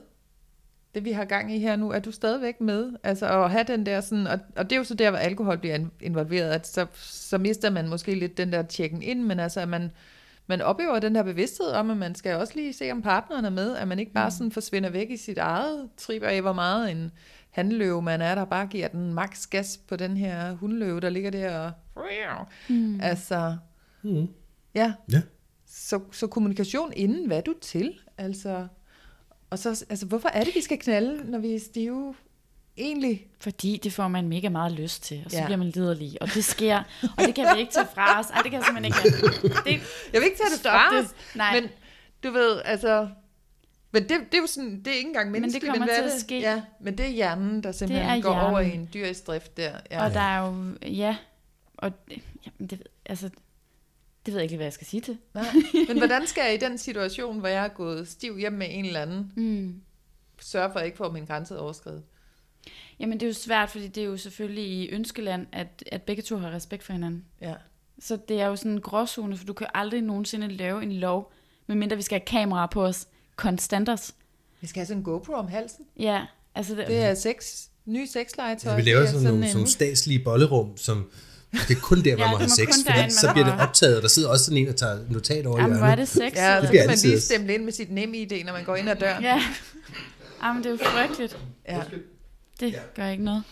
Det vi har gang i her nu, er du stadigvæk med? Altså at have den der sådan, og, og det er jo så der, hvor alkohol bliver in- involveret, at så, så mister man måske lidt den der tjekken ind, men altså at man, man oplever den der bevidsthed om, at man skal også lige se, om partneren er med, at man ikke bare sådan forsvinder væk i sit eget trip af, hvor meget en handløve man er, der bare giver den maks gas på den her hundløve, der ligger der og... Mm. Altså, Mm. Ja. Ja. Så, så kommunikation inden, hvad er du til? Altså, og så, altså, hvorfor er det, vi skal knalde, når vi er stive? Egentlig. Fordi det får man mega meget lyst til, og så Ja. ja. bliver man liderlig, og det sker, og det kan vi ikke tage fra os. Ej, det kan jeg simpelthen ikke. Det, Jeg vil ikke tage det Stop fra det. os, Nej. men du ved, altså... Men det, det er jo sådan, det er ikke engang menneskeligt, kommer hvad til er at det? ske. Ja, men det er hjernen, der simpelthen Det er går over i hjernen. en dyrisk drift der. Ja. og der er jo, ja, og jamen, det, altså, det ved jeg ikke lige, hvad jeg skal sige til. Nej. Men hvordan skal jeg i den situation, hvor jeg er gået stiv hjem med en eller anden, Mm. sørge for, at jeg ikke får min grænse overskredet? Jamen, det er jo svært, fordi det er jo selvfølgelig i ønskeland, at, at begge to har respekt for hinanden. Ja. Så det er jo sådan en gråzone, for du kan aldrig nogensinde lave en lov, medmindre vi skal have kameraer på os konstanters. Vi skal have sådan en GoPro om halsen. Ja, altså det, Det er sex, nye sexlegetøj. Ja, vi laver Det er sådan, nogle, en- sådan nogle statslige bollerum, som det er kun der, hvor Ja, man det har må sex, kun for derinde, ellers så man bliver det har- optaget, og der sidder også sådan en, der tager notat over i jamen, hvor er hjørnet. det sex. Ja, Det så bliver kan man altid- lige stemple ind med sit nemme I D, når man går ind ad døren. Ja, jamen, det er jo frygteligt. Ja. Det gør ikke noget.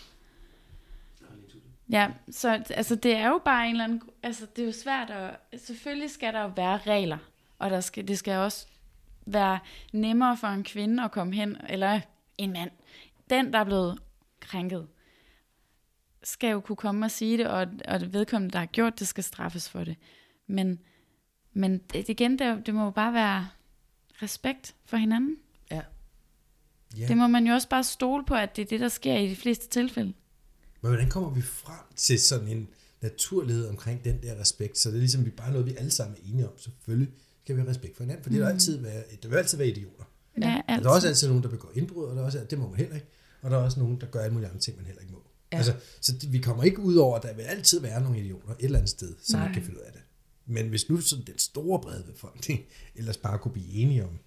Ja, så altså, det er jo bare en eller anden... Altså, det er jo svært at... Selvfølgelig skal der jo være regler, og der skal, det skal også være nemmere for en kvinde at komme hen, eller en mand. Den, der er blevet krænket, skal jo kunne komme og sige det, og, og det vedkommende, der har gjort det, skal straffes for det. Men, men det, igen, det, det må jo bare være respekt for hinanden. Ja. Ja. Det må man jo også bare stole på, at det er det, der sker i de fleste tilfælde. Men hvordan kommer vi frem til sådan en naturlighed omkring den der respekt? Så det er ligesom, vi bare noget, vi alle sammen er enige om. Selvfølgelig skal vi have respekt for hinanden, for mm. det vil altid være, der vil altid være idioter. Ja, Ja, altid. der er også altid nogen, der begår indbrud, og der er også, det må man heller ikke. Og der er også nogen, der gør alle mulige andre ting, man heller ikke må. Ja. Altså, så det, vi kommer ikke ud over, at der vil altid være nogle idioter et eller andet sted, som Nej. ikke kan finde ud af det. Men hvis nu sådan den store brede befolkning ellers bare kunne blive enige om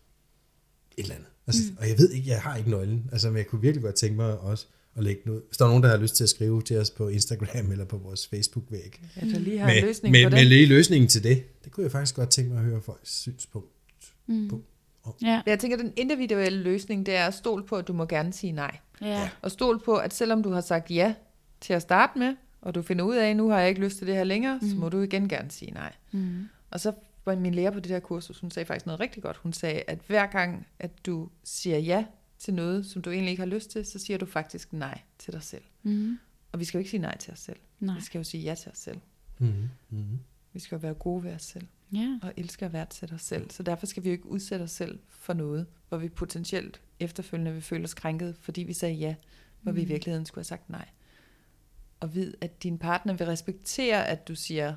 et eller andet. Altså, mm. Og jeg ved ikke, jeg har ikke nøglen, altså, men jeg kunne virkelig godt tænke mig også at lægge noget. Hvis der er nogen, der har lyst til at skrive til os på Instagram eller på vores Facebook-væg, Jeg der lige har en med, løsning med, på med det. lige løsningen til det, det kunne jeg faktisk godt tænke mig at høre folks synspunkt Mm. på. Ja, Jeg tænker, at den individuelle løsning, det er at stole på, at du må gerne sige nej. ja. Og stole på, at selvom du har sagt ja til at starte med, og du finder ud af, at nu har jeg ikke lyst til det her længere, mm. så må du igen gerne sige nej. Mm. Og så var min lærer på det her kursus, hun sagde faktisk noget rigtig godt. Hun sagde, at hver gang, at du siger ja til noget, som du egentlig ikke har lyst til, så siger du faktisk nej til dig selv. Mm. Og vi skal jo ikke sige nej til os selv. Nej. Vi skal jo sige ja til os selv. Mm-hmm. Mm-hmm. Vi skal jo være gode ved os selv, Ja. og elske at værdsætte os selv. Så derfor skal vi jo ikke udsætte os selv for noget, hvor vi potentielt efterfølgende vil føle os krænket, fordi vi sagde ja, hvor vi i virkeligheden skulle have sagt nej. Og vid, at din partner vil respektere, at du siger,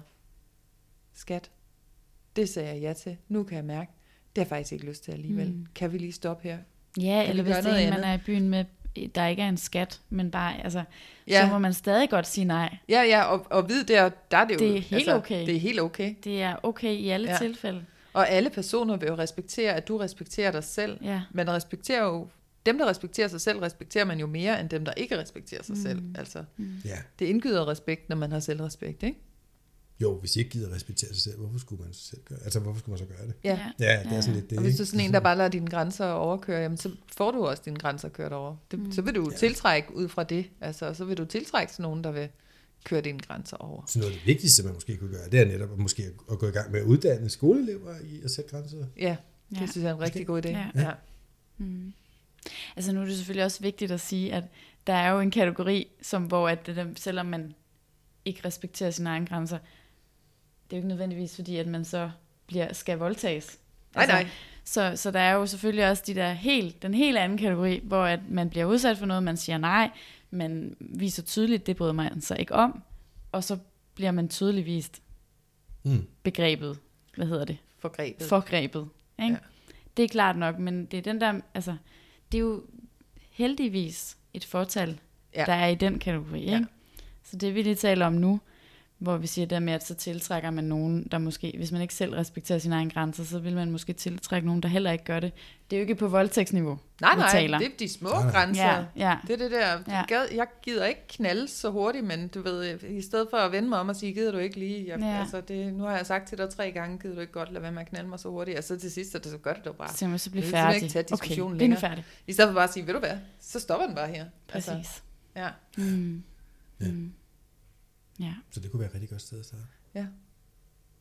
skat, det sagde jeg ja til, nu kan jeg mærke, det har jeg faktisk ikke lyst til alligevel. Mm. Kan vi lige stoppe her? Ja, vi eller hvis gøre det er noget en, man andet? er i byen med, der ikke er en skat, men bare, altså, Ja. så må man stadig godt sige nej. Ja, ja, og, og vid der, der er det jo... Det er helt okay. Det er helt okay. Det er okay i alle Ja. ja. tilfælde. Og alle personer vil jo respektere, at du respekterer dig selv. Ja. Man respekterer jo... Dem, der respekterer sig selv, respekterer man jo mere, end dem, der ikke respekterer sig mm. selv. Altså, Ja. det indgyder respekt, når man har selvrespekt, ikke? Jo, hvis I ikke gider respektere sig selv, hvorfor skulle man så selv gøre? Altså, hvorfor skulle man så gøre det? Ja. Ja. Ja, det er sådan lidt det. Og hvis ikke? du er sådan en, der bare lader dine grænser overkøre, jamen, så får du også dine grænser kørt over. Det, mm. Så vil du Ja. tiltrække ud fra det. Altså, så vil du tiltrække sådan nogen, der vil køre dine grænser over. Så noget af det vigtigste, man måske kunne gøre, det er netop at, måske at gå i gang med at uddanne skoleelever i at sætte grænser. Ja, det Ja. synes jeg er en rigtig god idé. Ja. Ja. Mm. Altså nu er det selvfølgelig også vigtigt at sige, at der er jo en kategori, som, hvor at det, der- selvom man ikke respekterer sine egne grænser, det er jo ikke nødvendigvis fordi, at man så bliver, skal voldtages. Nej, nej. Så, så der er jo selvfølgelig også de der helt, den helt anden kategori, hvor at man bliver udsat for noget, man siger nej, man viser tydeligt, det bryder man sig ikke om, og så bliver man tydeligt vist Mm. begrebet, hvad hedder det? Forgrebet. Forgrebet. Ikke? Ja. Det er klart nok, men det er den der, altså, det er jo heldigvis et fortal, Ja. ja. der er i den kategori. Ikke? Ja. Så det vi lige taler om nu, hvor vi siger der med, at så tiltrækker man nogen, der måske, hvis man ikke selv respekterer sine egne grænser, så vil man måske tiltrække nogen, der heller ikke gør det. Det er jo ikke på voldtægtsniveau, Nej, vi nej, taler. det er de små Nej, nej. grænser. Ja, ja. Det er det der, Ja. ja. jeg gider ikke knalde så hurtigt, men du ved, i stedet for at vende mig om og sige, gider du ikke lige, jeg, Ja. ja. altså det, nu har jeg sagt til dig tre gange, gider du ikke godt lade være med at knalde mig så hurtigt, og så til sidst, så, det, så gør det dog bare. Så må så blive Det vil simpelthen færdig. ikke tage diskussionen okay, det er nu længere. færdig. I stedet for bare at sige, ved du hvad, så stopper den bare her. Præcis. Altså, ja. Mm. Ja. Mm. Ja. Så det kunne være et rigtig godt sted at starte. Ja.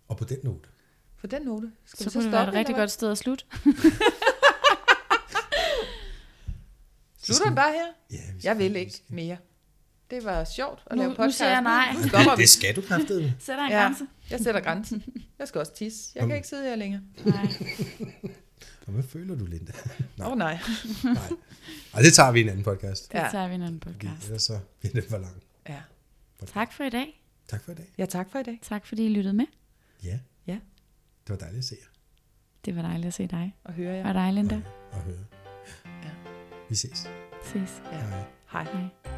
Og på den note. På den note. Skal Så vi så kunne det være stoppe, et rigtig eller godt sted at slutte. Slutter den bare her? Ja, vi skal, Jeg vil vi ikke skal. mere. Det var sjovt at Nu- lave nu podcast. siger jeg nej. Nu stopper vi. Det skal du kraftedeme. Sætter en Ja, grænse. jeg sætter grænsen. Jeg skal også tisse. Jeg kan ikke sidde her længere. Nej. Og hvad føler du, Linda? Åh oh, nej. Nej. Og det tager vi i en anden podcast. Det Ja. tager vi i en anden Fordi podcast. ellers så bliver det for langt. Ja. Tak for i dag. Tak for i dag. ja, tak for i dag. Tak fordi I lyttede med. Ja. Ja. Det var dejligt at se jer. Det var dejligt at se dig. Og høre jer. Og dig, Linda. Og høre. Ja. Vi ses. Ses. Ja. Hej. Hej. Hej.